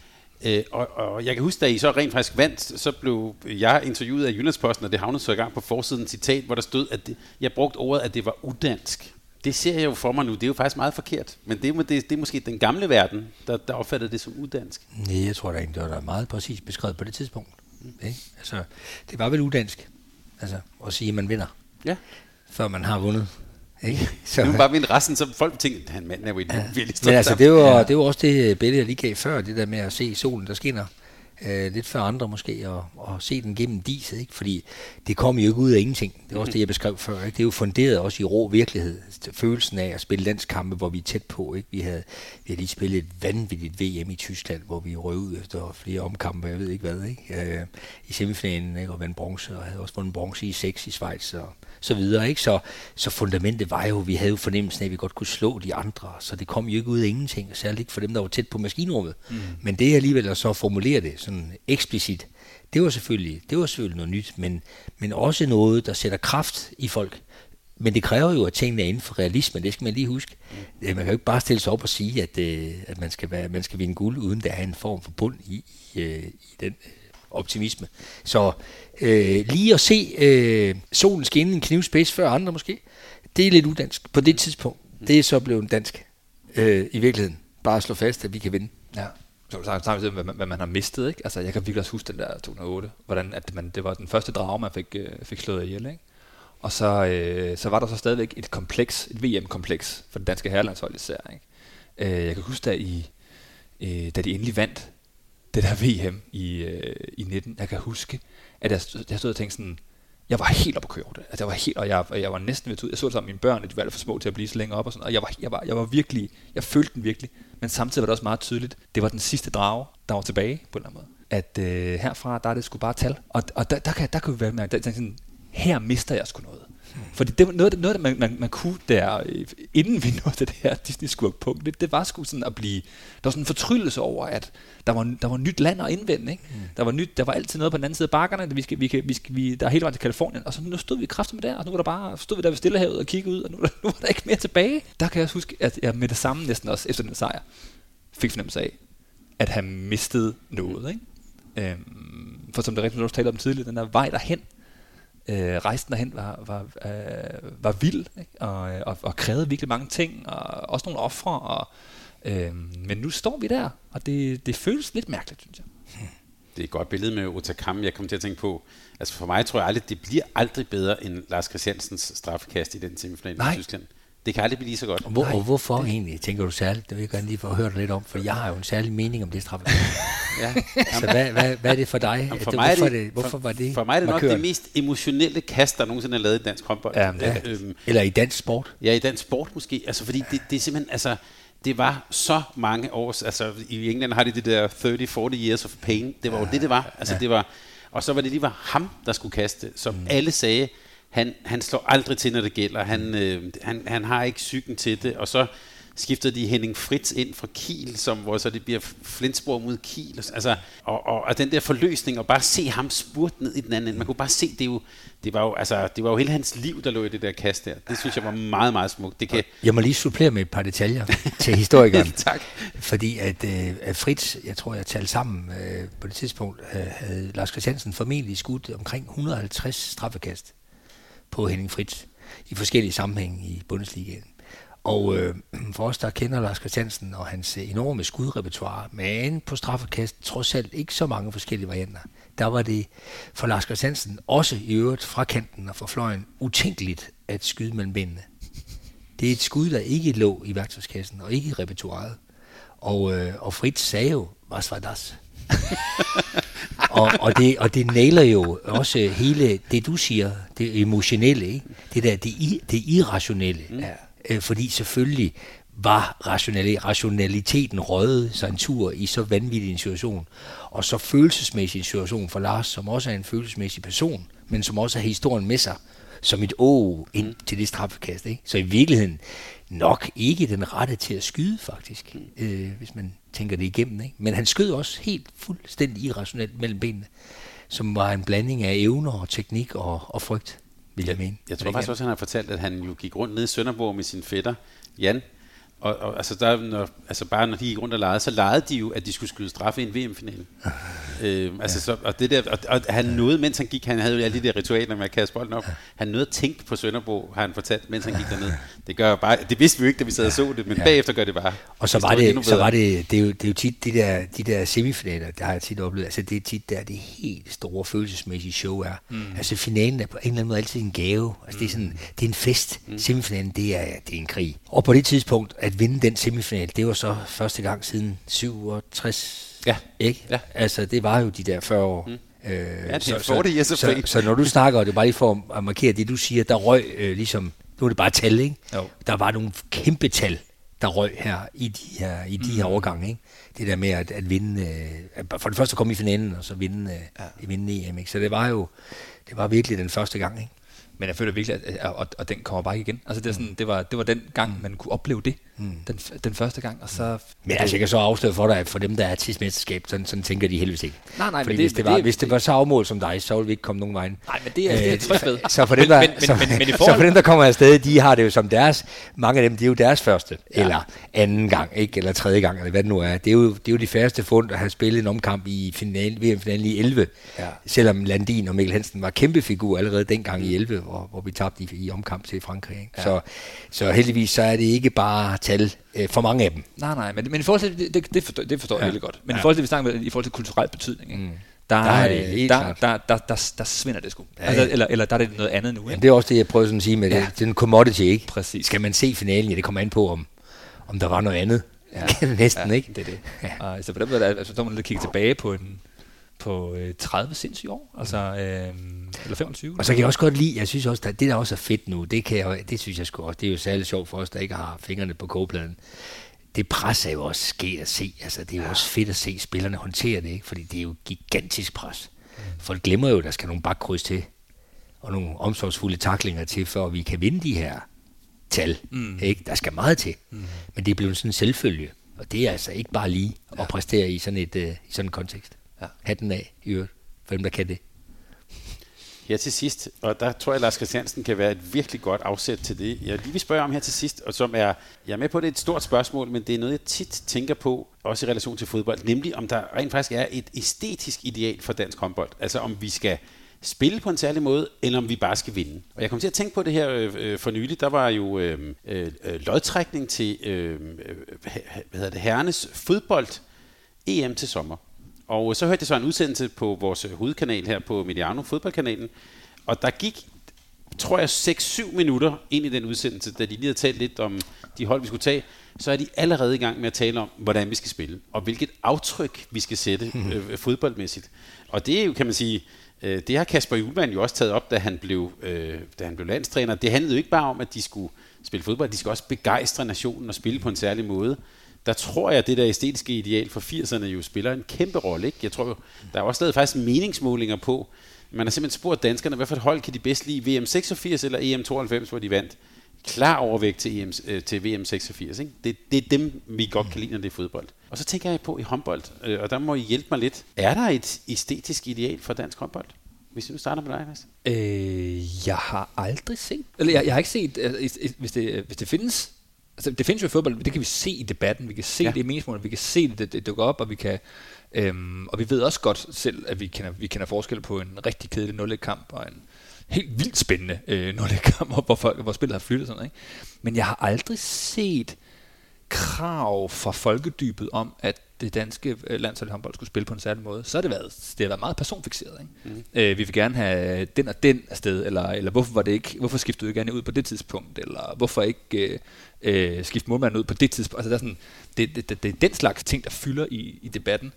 Og jeg kan huske, da I så rent faktisk vandt, så blev jeg interviewet af Jyllandsposten, og det havnede så i gang på forsiden citat, hvor der stod, at jeg brugte ordet, at det var udansk. Det ser jeg jo for mig nu, det er jo faktisk meget forkert. Men det er måske den gamle verden, der opfattede det som udansk. Nej, jeg tror da egentlig, det var meget præcis beskrevet på det tidspunkt. Ikke? Altså, det var vel udansk, altså, at sige, at man vinder, før man har vundet. Ikke? Så nu bare vinde resten, så folk tænker, at han mand er jo et virkelig stort. Men altså, det var også det billede, jeg lige gav før, det der med at se solen, der skinner lidt før andre måske, og se den gennem diset, ikke? Fordi det kom jo ikke ud af ingenting. Det er også det, jeg beskrev før. Ikke? Det er jo funderet også i rå virkelighed. Følelsen af at spille landskampe, hvor vi er tæt på. Ikke? Vi havde lige spillet et vanvittigt VM i Tyskland, hvor vi røg ud efter flere omkampe, jeg ved ikke hvad, ikke? I semifinalen, ikke? Og vandt bronze, og havde også vundet bronze i 6 i Schweiz, og så videre, ikke? Så fundamentet var jo, vi havde jo fornemmelsen af, at vi godt kunne slå de andre, så det kom jo ikke ud af ingenting, særligt ikke for dem, der var tæt på maskinrummet. Men det alligevel at så formulere det sådan eksplicit, det var selvfølgelig noget nyt, men også noget, der sætter kraft i folk. Men det kræver jo, at tingene er inden for realisme, det skal man lige huske. Man kan jo ikke bare stille sig op og sige, at man skal vinde guld, uden der er en form for bund i den optimisme. Så lige at se solen skinne en knivspids før andre måske, det er lidt udansk på det tidspunkt. Det er så blevet dansk i virkeligheden. Bare at slå fast, at vi kan vinde. Ja. Så samtidig hvad man har mistet, ikke? Altså jeg kan virkelig også huske den der 2008, hvordan at det var den første drage, man fik slået ihjel, ikke? Og så var der så stadigvæk et VM-kompleks for den danske herrelandshold især, ikke? Jeg kan huske, da de endelig vandt det der VM i 19, jeg kan huske, at jeg stod og tænkte sådan, jeg var helt oppe at køre over det. Altså, jeg var næsten ved at ud. Jeg så det sammen med mine børn, at de var alt for små til at blive så længe op og sådan. Og jeg var virkelig, jeg følte den virkelig. Men samtidig var det også meget tydeligt, det var den sidste drage, der var tilbage på en eller anden måde. At herfra, der er det sgu bare tal. Og der kan vi være med, sådan, her mister jeg sgu noget. Fordi det var noget man kunne der, inden vi nåede det her Disney-skurk-punkt, det var sgu sådan at blive, der var sådan en fortryllelse over, at der var nyt land at indvende, ikke? Der var altid noget på den anden side af bakkerne, der er hele vejen til Kalifornien, og så nu stod vi kraftigt med der, og nu var der bare, stod vi der ved Stillehavet og kiggede ud, og nu var der ikke mere tilbage. Der kan jeg også huske, at jeg med det samme næsten også efter den sejr, fik fornemmelse af, at han mistede noget, ikke? For som det rigtig også talte om tidligere, den der vej derhen, rejsen derhen var vild, ikke? Og krævede virkelig mange ting, og også nogle ofre, men nu står vi der, og det føles lidt mærkeligt, synes jeg. Det er et godt billede med Otakam, jeg kom til at tænke på. Altså for mig tror jeg aldrig, det bliver aldrig bedre end Lars Christiansens straffekast i den semifinal i Tyskland. Det kan aldrig blive lige så godt. Og hvorfor egentlig, tænker du særligt? Det vil jeg gerne lige få hørt lidt om, for jeg har jo en særlig mening om det straffekast. Ja. Så hvad er det for dig? Jamen for mig er det nok det mest emotionelle kast, der nogensinde er lavet i dansk håndbold. Ja. Eller i dansk sport. Ja, i dansk sport måske. Altså fordi det er simpelthen, altså det var så mange år, altså i England har de det der 30-40 years of pain. Det var jo det var. Altså det var, og så var det lige ham, der skulle kaste, som alle sagde, han slår aldrig til, når det gælder. Han har ikke psyken til det. Og så skiftede de Henning Fritz ind fra Kiel, hvor så det bliver Flensborg mod Kiel. Altså, og den der forløsning, og bare se ham spurte ned i den anden. Man kunne bare se, det var jo hele hans liv, der lå i det der kast der. Det synes jeg var meget, meget smukt. Jeg må lige supplere med et par detaljer til historikeren. Tak. Fordi at Fritz, jeg tror, jeg talte sammen på det tidspunkt, havde Lars Christiansen formentlig skudt omkring 150 straffekast på Henning Fritz i forskellige sammenhænge i Bundesligaen. Og for os, der kender Lars Christiansen og hans enorme skudrepertoire, men på straffekast trods alt ikke så mange forskellige varianter. Der var det for Lars Christiansen også i øvrigt fra kanten og fra fløjen utænkeligt at skyde mellem benene. Det er et skud, der ikke lå i værktøjskassen og ikke i repertoireet. Og Fritz sagde jo, was war das? og det nailer jo også hele det, du siger, det emotionelle, ikke? Det der, det irrationelle. Fordi selvfølgelig var rationaliteten røget sig en tur i så vanvittig en situation, og så følelsesmæssig en situation for Lars, som også er en følelsesmæssig person, men som også har historien med sig, som et ind til det straffekast, ikke? Så i virkeligheden nok ikke den rette til at skyde, faktisk, hvis man tænker det igennem, ikke? Men han skød også helt fuldstændig irrationelt mellem benene, som var en blanding af evner og teknik og frygt, vil jeg mene. Jeg tror faktisk også, han har fortalt, at han jo gik rundt nede i Sønderborg med sin fætter, Jan, og altså, bare når de gik rundt og legede, så legede de jo, at de skulle skyde straffe i en VM-finale. Og det der, og han nåede, mens han gik, han havde jo alle de der ritualer med at kaste bolden op, han nåede at tænke på Sønderborg, har han fortalt, mens han gik derned. Det gør bare, det vidste vi jo ikke, da vi sad og så det, men bagefter gør det bare. Og så var det er jo tit de der semifinaler, der har jeg tit oplevet, altså det er tit der det helt store følelsesmæssige show er. Altså finalen er på en eller anden måde altid en gave. Altså det er sådan, det er en fest. Semifinalen, det er en krig. Og på det tidspunkt at vinde den semifinal, det var så første gang siden 67. Ja. Ikke? Ja. Altså, det var jo de der 40 år. Så når du snakker, det er bare lige for at markere det, du siger, der røg ligesom, nu er det bare tal, ikke? Jo. Der var nogle kæmpe tal, der røg her i de her årgange, ikke? Det der med at vinde, for det første at komme i finalen, og så vinde EM, ikke? Så det var virkelig den første gang, ikke? Men jeg føler virkelig, at den kommer bare ikke igen. Altså det, er sådan, det var den gang, man kunne opleve det. Den første gang, og så... Men altså, jeg kan så afsløre for dig, at for dem, der er til mesterskab, sådan tænker de heldigvis ikke. Nej, fordi hvis det var så afmål som dig, så ville vi ikke komme nogen vejen. Nej, men det er trygt ved. Så for dem, der kommer afsted, de har det jo som deres... Mange af dem, det er jo deres første, eller anden gang, ikke? Eller tredje gang, eller hvad det nu er. Det er jo de færreste fund at have spillet en omkamp i VM-finalen i 11. Ja. Selvom Landin og Mikkel Hansen var kæmpe figur allerede dengang i 11, hvor vi tabte i omkamp til Frankrig. Ikke? Ja. Så heldigvis så er det ikke bare tal for mange af dem. Nej, men i forhold til det forstår jeg virkelig godt. Men i forhold til vi snakker med, i forhold til kulturel betydning, ikke? Der svinder det sgu. Ja, altså, eller der er det noget andet nu. Ikke? Jamen, det er også det, jeg prøver sådan at sige med det. Det er en commodity, ikke? Præcis. Skal man se finalen, det kommer an på, om der var noget andet. Ja. Næsten, ikke? Det er det. Ja. Så på den måde, så man lidt kigge tilbage på 30 sindssyge år, altså eller 25. Og så kan jeg også godt lide, jeg synes også, at det der også er fedt nu, det synes jeg sgu også, det er jo særligt sjovt for os, der ikke har fingrene på kogepladen. Det pres er jo også sket at se, altså det er jo også fedt at se spillerne håndtere det, ikke? Fordi det er jo gigantisk pres. Folk glemmer jo, at der skal nogle bakkryds til, og nogle omsorgsfulde tacklinger til, for at vi kan vinde de her tal, ikke? Der skal meget til, men det er blevet sådan en selvfølge, og det er altså ikke bare lige at præstere i sådan en kontekst. Ja. Hatten af i øvrigt, for dem, der kan det. Her til sidst, og der tror jeg, at Lars Christiansen kan være et virkelig godt afsæt til det. Jeg lige vil spørge om her til sidst, og som jeg er med på, det er et stort spørgsmål, men det er noget, jeg tit tænker på, også i relation til fodbold, nemlig om der rent faktisk er et æstetisk ideal for dansk håndbold. Altså om vi skal spille på en særlig måde, eller om vi bare skal vinde. Og jeg kom til at tænke på det her for nylig. Der var jo lodtrækning til herrenes fodbold EM til sommer. Og så hørte jeg så en udsendelse på vores hovedkanal her på Mediano, fodboldkanalen, og der gik, tror jeg, 6-7 minutter ind i den udsendelse, da de lige havde talt lidt om de hold, vi skulle tage, så er de allerede i gang med at tale om, hvordan vi skal spille, og hvilket aftryk vi skal sætte fodboldmæssigt. Og det er jo, kan man sige, det har Kasper Hjulmand jo også taget op, da han blev landstræner. Det handlede jo ikke bare om, at de skulle spille fodbold, de skal også begejstre nationen og spille på en særlig måde. Der tror jeg, at det der æstetiske ideal for 80'erne jo spiller en kæmpe rolle. Ikke? Jeg tror jo, der er også lavet faktisk meningsmålinger på. Man har simpelthen spurgt danskerne, hvad for et hold kan de bedst lide, VM 86 eller EM 92, hvor de vandt. Klar overvægt til VM 86. Ikke? Det er dem, vi godt kan lide, når det er fodbold. Og så tænker jeg på i håndbold, og der må I hjælpe mig lidt. Er der et æstetisk ideal for dansk håndbold? Hvis vi nu starter med dig, Mads. Jeg har aldrig set, eller jeg har ikke set, hvis det findes. Altså, det findes jo i fodbold, det kan vi se i debatten, vi kan se det i meningsmålene, vi kan se det dukker op, og vi kan, og vi ved også godt selv, at vi kender forskel på en rigtig kedelig 0-1-kamp og en helt vildt spændende 0-1-kamp, hvor spillet har flyttet sådan, ikke? Men jeg har aldrig set krav fra folkedybet om, at det danske landshold i håndbold skulle spille på en særlig måde. Så har det har været meget personfikseret, ikke? Vi vil gerne have den og den afsted, eller hvorfor skiftede du ikke gerne ud på det tidspunkt, eller hvorfor ikke skifte målmanden ud på det tidspunkt. Altså det er den slags ting, der fylder i debatten,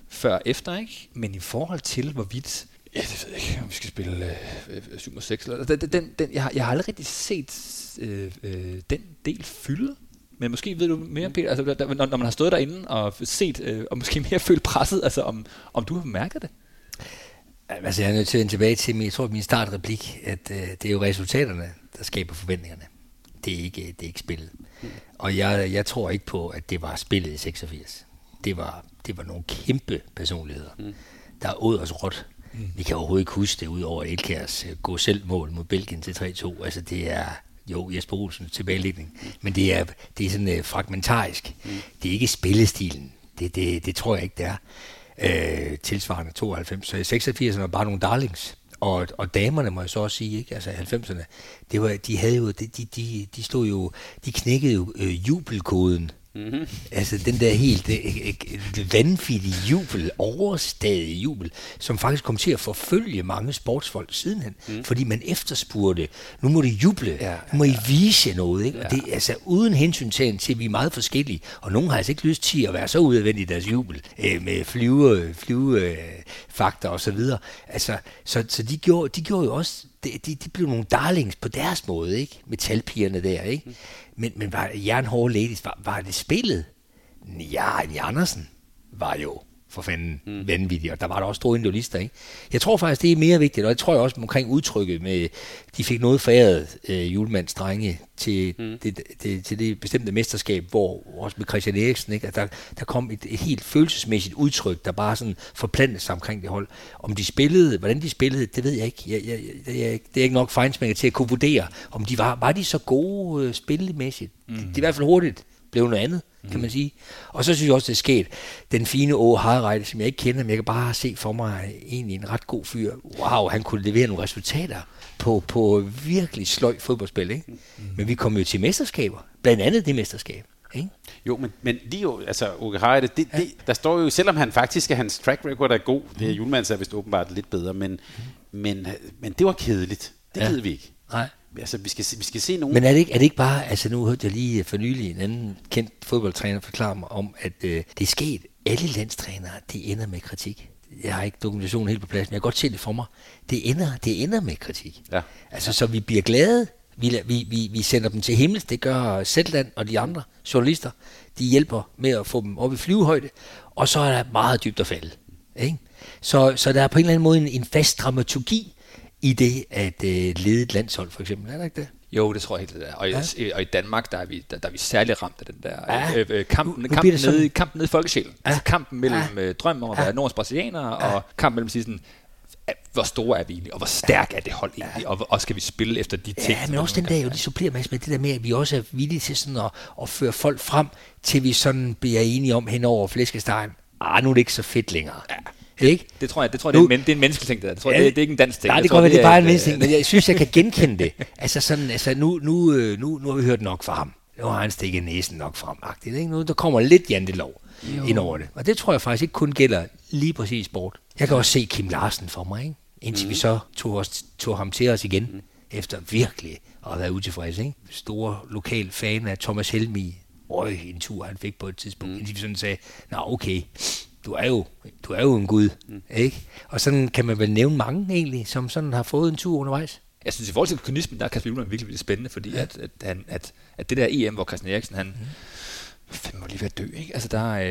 før efter, ikke? Men i forhold til, hvorvidt... Ja, det ved jeg ikke, om vi skal spille 7-6. Jeg har aldrig rigtig set den del fylde. Men måske ved du mere, Peter, altså, når man har stået derinde og set, og måske mere følt presset, altså om du har mærket det? Altså, jeg er nødt til at vende tilbage til, jeg tror, min startreplik, at det er jo resultaterne, der skaber forventningerne. Det er ikke spillet. Og jeg tror ikke på, at det var spillet i 86. Det var nogle kæmpe personligheder, der åd os råt. Vi kan overhovedet ikke huske det, ud over Elkjærs gå selvmål mod Belgien til 3-2. Altså, det er... Jo, Jesper Olsens tilbagelægning. Men det er sådan fragmentarisk. Det er ikke spillestilen. Det tror jeg ikke, det er. Tilsvarende 92. Så i 86'erne var bare nogle darlings. Og damerne må jeg så også sige, ikke? Altså 90'erne, de stod jo, de knækkede jo jubelkoden. Mm-hmm. Altså den der helt vanvittige jubel, overstadige jubel, som faktisk kom til at forfølge mange sportsfolk sidenhen, fordi man efterspurgte, nu må det juble, nu må I vise noget, ikke? Og det altså uden hensyntagen til, at vi er meget forskellige, og nogen har altså ikke lyst til at være så udadvendt i deres jubel, med flyvefaktor og så videre. Altså, så de gjorde jo også, de blev nogle darlings på deres måde, ikke? Metalpigerne der, ikke? Men var jernhårde ladies, var det spillet? Ja, Andersen var jo for fanden vanvittig, og der var der også store individualister, ikke? Jeg tror faktisk, det er mere vigtigt, og jeg tror også omkring udtrykket med, de fik noget foræret Julemands drenge til det bestemte mesterskab, hvor også med Christian Eriksen, ikke? At der kom et helt følelsesmæssigt udtryk, der bare sådan forplantede sig omkring det hold. Om de spillede, hvordan de spillede, det ved jeg ikke. Det er ikke nok fejnsmækker til at kunne vurdere, om de var de så gode spillemæssigt. Det er i hvert fald hurtigt blev noget andet, kan man sige. Og så synes jeg også, det er sket. Den fine Åge Harreide, som jeg ikke kender, men jeg kan bare se for mig egentlig en ret god fyr. Wow, han kunne levere nogle resultater på virkelig sløj fodboldspil, ikke? Men vi kom jo til mesterskaber. Blandt andet det mesterskab, ikke? Jo, men lige jo, altså Åge Harreide, der står jo, selvom han faktisk hans track record er god, det er Julemands er vist åbenbart lidt bedre, men det var kedeligt. Det ved vi ikke. Nej. Altså, vi skal se nogen... Men er det ikke bare... Altså, nu hørte jeg lige for nylig en anden kendt fodboldtræner forklare mig om, at det er sket. Alle landstrænere, det ender med kritik. Jeg har ikke dokumentationen helt på plads, men jeg kan godt se det for mig. Det ender med kritik. Ja. Altså, så vi bliver glade. Vi sender dem til himmels. Det gør Zetland og de andre journalister. De hjælper med at få dem op i flyvehøjde. Og så er der meget dybt at falde. Ikke? Så der er på en eller anden måde en fast dramaturgi i det at lede et landshold, for eksempel. Er det ikke det? Jo, det tror jeg helt det er. Og i Danmark, der er vi særlig ramt af den der kampen nede i folkesjælen. Ja. Altså kampen mellem drømmen om at være Nordens brasilianere, og kampen mellem sådan, hvor store er vi egentlig, og hvor stærk er det hold egentlig, og skal vi spille efter de ting? Ja, men også den der jo, de supplerer med det der med, at vi også er villige til sådan at føre folk frem, til vi sådan bliver enige om hen over flæskestegen. Nu er det ikke så fedt længere. Ja. Ikke? Det tror jeg, det er en menneskelig ting. Det er ikke en dansk ting. Nej, det går det er bare en menneskelig ting, men jeg synes, jeg kan genkende det. Altså sådan, nu har vi hørt nok fra ham. Nu har han stikket næsen nok frem-agtigt. Ikke? Nu der kommer lidt jantelov ind over det. Og det tror jeg faktisk ikke kun gælder lige præcis sport. Jeg kan også se Kim Larsen for mig, ikke? Indtil vi så tog ham til os igen, efter virkelig at være utilfreds. Ikke? Store lokal fan af Thomas Helmig. En tur han fik på et tidspunkt, indtil vi sådan sagde, okay, du er jo en gud, ikke? Og sådan kan man vel nævne mange egentlig, som sådan har fået en tur undervejs. Jeg synes i forhold til kynismen, der er Kasper Hjulmand virkelig spændende, fordi at det der EM, hvor Christian Eriksen, han må lige være død, ikke? Altså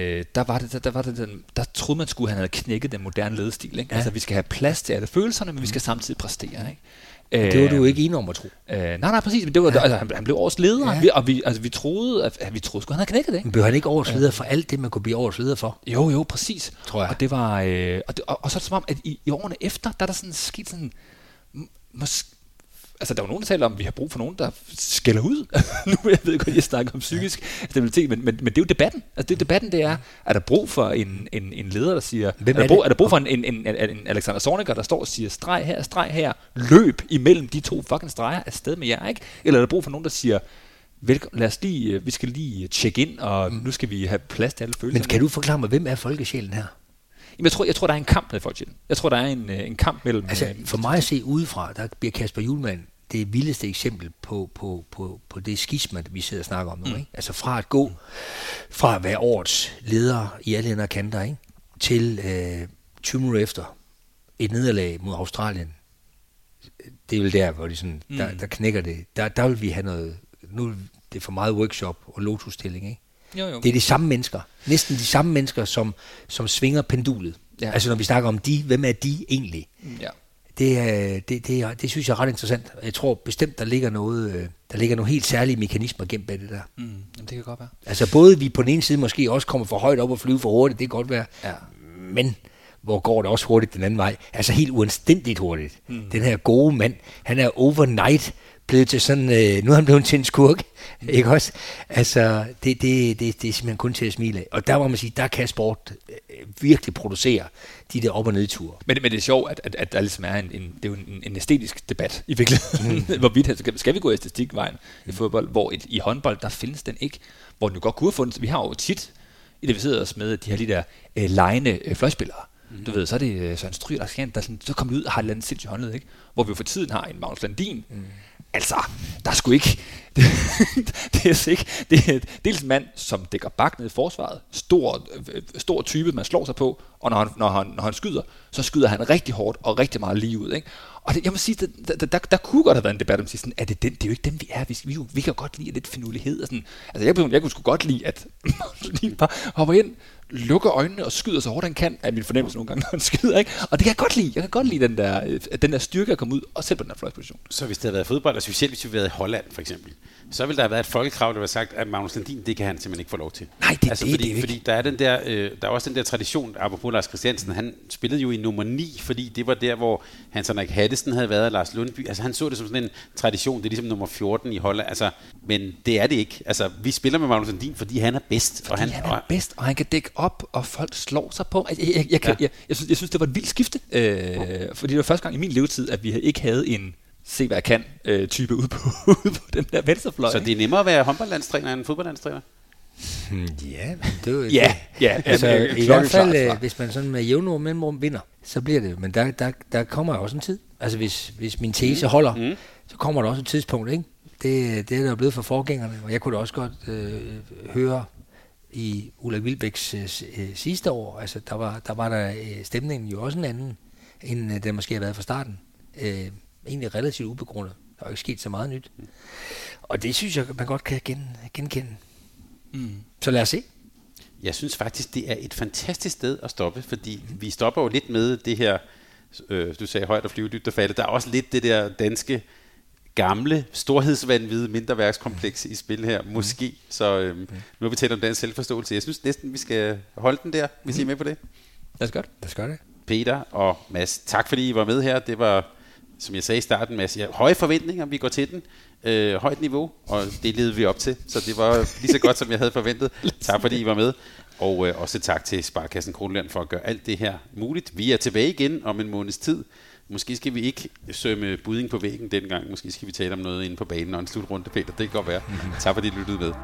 der troede man skulle, han havde knækket den moderne ledestil, ikke? Ja. Altså vi skal have plads til alle følelserne, men vi skal samtidig præstere, ikke? Det var du jo ikke enig om at tro. Nej, præcis. Men det var, altså, han blev årets leder, og vi troede, at han havde knækket det. Ikke? Men blev han ikke årets leder for alt det, man kunne blive årets leder for? Jo, præcis. Tror jeg. Og det var, og så er det som om, at i årene efter, der er der sådan sket sådan, altså der var nogen, der taler om, at vi har brug for nogen, der skælder ud. Nu jeg ved godt, jeg snakker om psykisk stabilitet, men det er jo debatten. Altså debatten, det er der brug for en leder, der siger, er der brug for en Alexander Zorniger, der står og siger, streg her, løb imellem de to fucking streger afsted med jer, ikke? Eller er der brug for nogen, der siger, vi skal lige tjekke ind, og nu skal vi have plads til alle følelser. Men kan du forklare mig, hvem er folkesjælen her? Jamen, jeg tror, der er en kamp med folkesjælen. Jeg tror, der er en kamp mellem... Altså, for mig at se udefra, der bliver Kasper Hjulmand det vildeste eksempel på det skisma, vi sidder og snakker om nu, ikke? Altså fra at være årets leder i alle ender kanter, ikke? til 20 minutter efter et nederlag mod Australien. Det er vel der, hvor de sådan, der knækker det. Der vil vi have noget, nu er det for meget workshop og lotus-stilling, ikke? Jo. Det er de samme mennesker, næsten de samme mennesker, som svinger pendulet. Ja. Altså når vi snakker om hvem er de egentlig? Ja. Det synes jeg er ret interessant. Jeg tror bestemt, der ligger nogle helt særlige mekanismer gemt bag det der. Jamen, det kan godt være. Altså både vi på den ene side måske også kommer for højt op og flyve for hurtigt, det kan godt være. Ja. Men hvor går det også hurtigt den anden vej? Altså helt uanstændigt hurtigt. Den her gode mand, han er overnight blevet til sådan, nu er han blevet til en skurk, ikke også? Altså, det er simpelthen kun til at smile af. Og der må man sige, der kan sport virkelig producere de der op- og nedture. Men det er sjovt, at der ligesom er det er jo en æstetisk debat i virkeligheden. Hvorvidt skal vi gå æstetikvejen i fodbold, hvor i håndbold, der findes den ikke, hvor den jo godt kunne have fundet. Vi har jo tit identificeret os med de her de der legende fløjspillere. Du ved, så er det Søren Stryger, der sådan, så kommer de ud og har et eller andet sindssygt håndled, ikke? Hvor vi for tiden har en Magnus Landin. Altså, der er sgu ikke... det er ikke... Det er dels en mand, som dækker bak ned i forsvaret. Stor type, man slår sig på. Og når han skyder, så skyder han rigtig hårdt og rigtig meget lige ud, ikke? Og jeg må sige, der kunne godt have været en debat om at sige sådan, er det den? Det er jo ikke dem, vi er. Vi kan godt lide lidt finurlighed og sådan. Altså, jeg kunne sgu godt lide, at Landin bare hopper ind, lukker øjnene og skyder så hårdt han kan, er min fornemmelse nogle gange, når han skyder, ikke? Og det kan jeg godt lide. Jeg kan godt lide den der styrke at komme ud, og selv på den her fløjsposition. Så hvis det havde været fodbold, og specielt hvis vi havde været i Holland for eksempel, så ville der have været et folkekrav, der var sagt, at Magnus Landin, det kan han simpelthen ikke få lov til. Nej, fordi der er der er også den der tradition, apropos Lars Christiansen, han spillede jo i nummer 9, fordi det var der, hvor Hans Henrik Hattesen havde været, Lars Lundby, altså han så det som sådan en tradition, det er ligesom nummer 14 i Holland, altså, men det er det ikke. Altså, vi spiller med Magnus Landin, fordi han er bedst. Fordi han er bedst, og han kan dække op, og folk slår sig på. Jeg synes, det var et vildt skifte, fordi det var første gang i min levetid, at vi ikke havde en se hvad jeg kan type ude på den der venstrefløj. Så det er nemmere at være håndboldlandstræner end fodboldlandstræner? Ja, det ja. Altså, i hvert fald, hvis man sådan med jævnår mellemrum vinder, så bliver det. Men der kommer også en tid. Altså, hvis min tese holder, så kommer der også et tidspunkt, ikke? Det er der jo blevet for forgængerne, og jeg kunne da også godt høre i Ulla Wilbæks sidste år, altså der var stemningen jo også en anden, end den måske har været fra starten. Egentlig relativt ubegrundet. Der er jo ikke sket så meget nyt. Og det synes jeg, man godt kan genkende. Så lad os se. Jeg synes faktisk, det er et fantastisk sted at stoppe, fordi vi stopper jo lidt med det her, du sagde højt og flyve, dybt og fatte. Der er også lidt det der danske, gamle, storhedsvanvide mindreværkskompleks i spil her, måske. Så nu har vi talt om dansk selvforståelse. Jeg synes næsten, vi skal holde den der, hvis I er med på det. Lad os gøre det. Peter og Mads, tak fordi I var med her. Det var, som jeg sagde i starten, Mads, høje forventninger, vi går til den. Højt niveau, og det levede vi op til. Så det var lige så godt, som jeg havde forventet. Tak fordi I var med. Og også tak til Sparkassen Kronjylland for at gøre alt det her muligt. Vi er tilbage igen om en måneds tid. Måske skal vi ikke sømme budding på væggen dengang. Måske skal vi tale om noget inde på banen og en slutrunde, Peter. Det kan godt være. Tak fordi I lyttede med.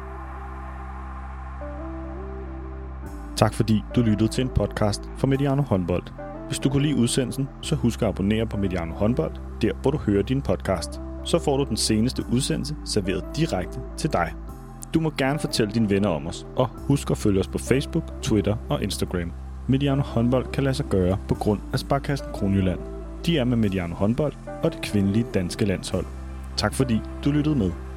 Tak fordi du lyttede til en podcast fra Mediano Håndbold. Hvis du kunne lide udsendelsen, så husk at abonnere på Mediano Håndbold, der hvor du hører din podcast. Så får du den seneste udsendelse serveret direkte til dig. Du må gerne fortælle dine venner om os, og husk at følge os på Facebook, Twitter og Instagram. Mediano Håndbold kan lade sig gøre på grund af Sparkassen Kronjylland. De er med Mediano Håndbold og det kvindelige danske landshold. Tak fordi du lyttede med.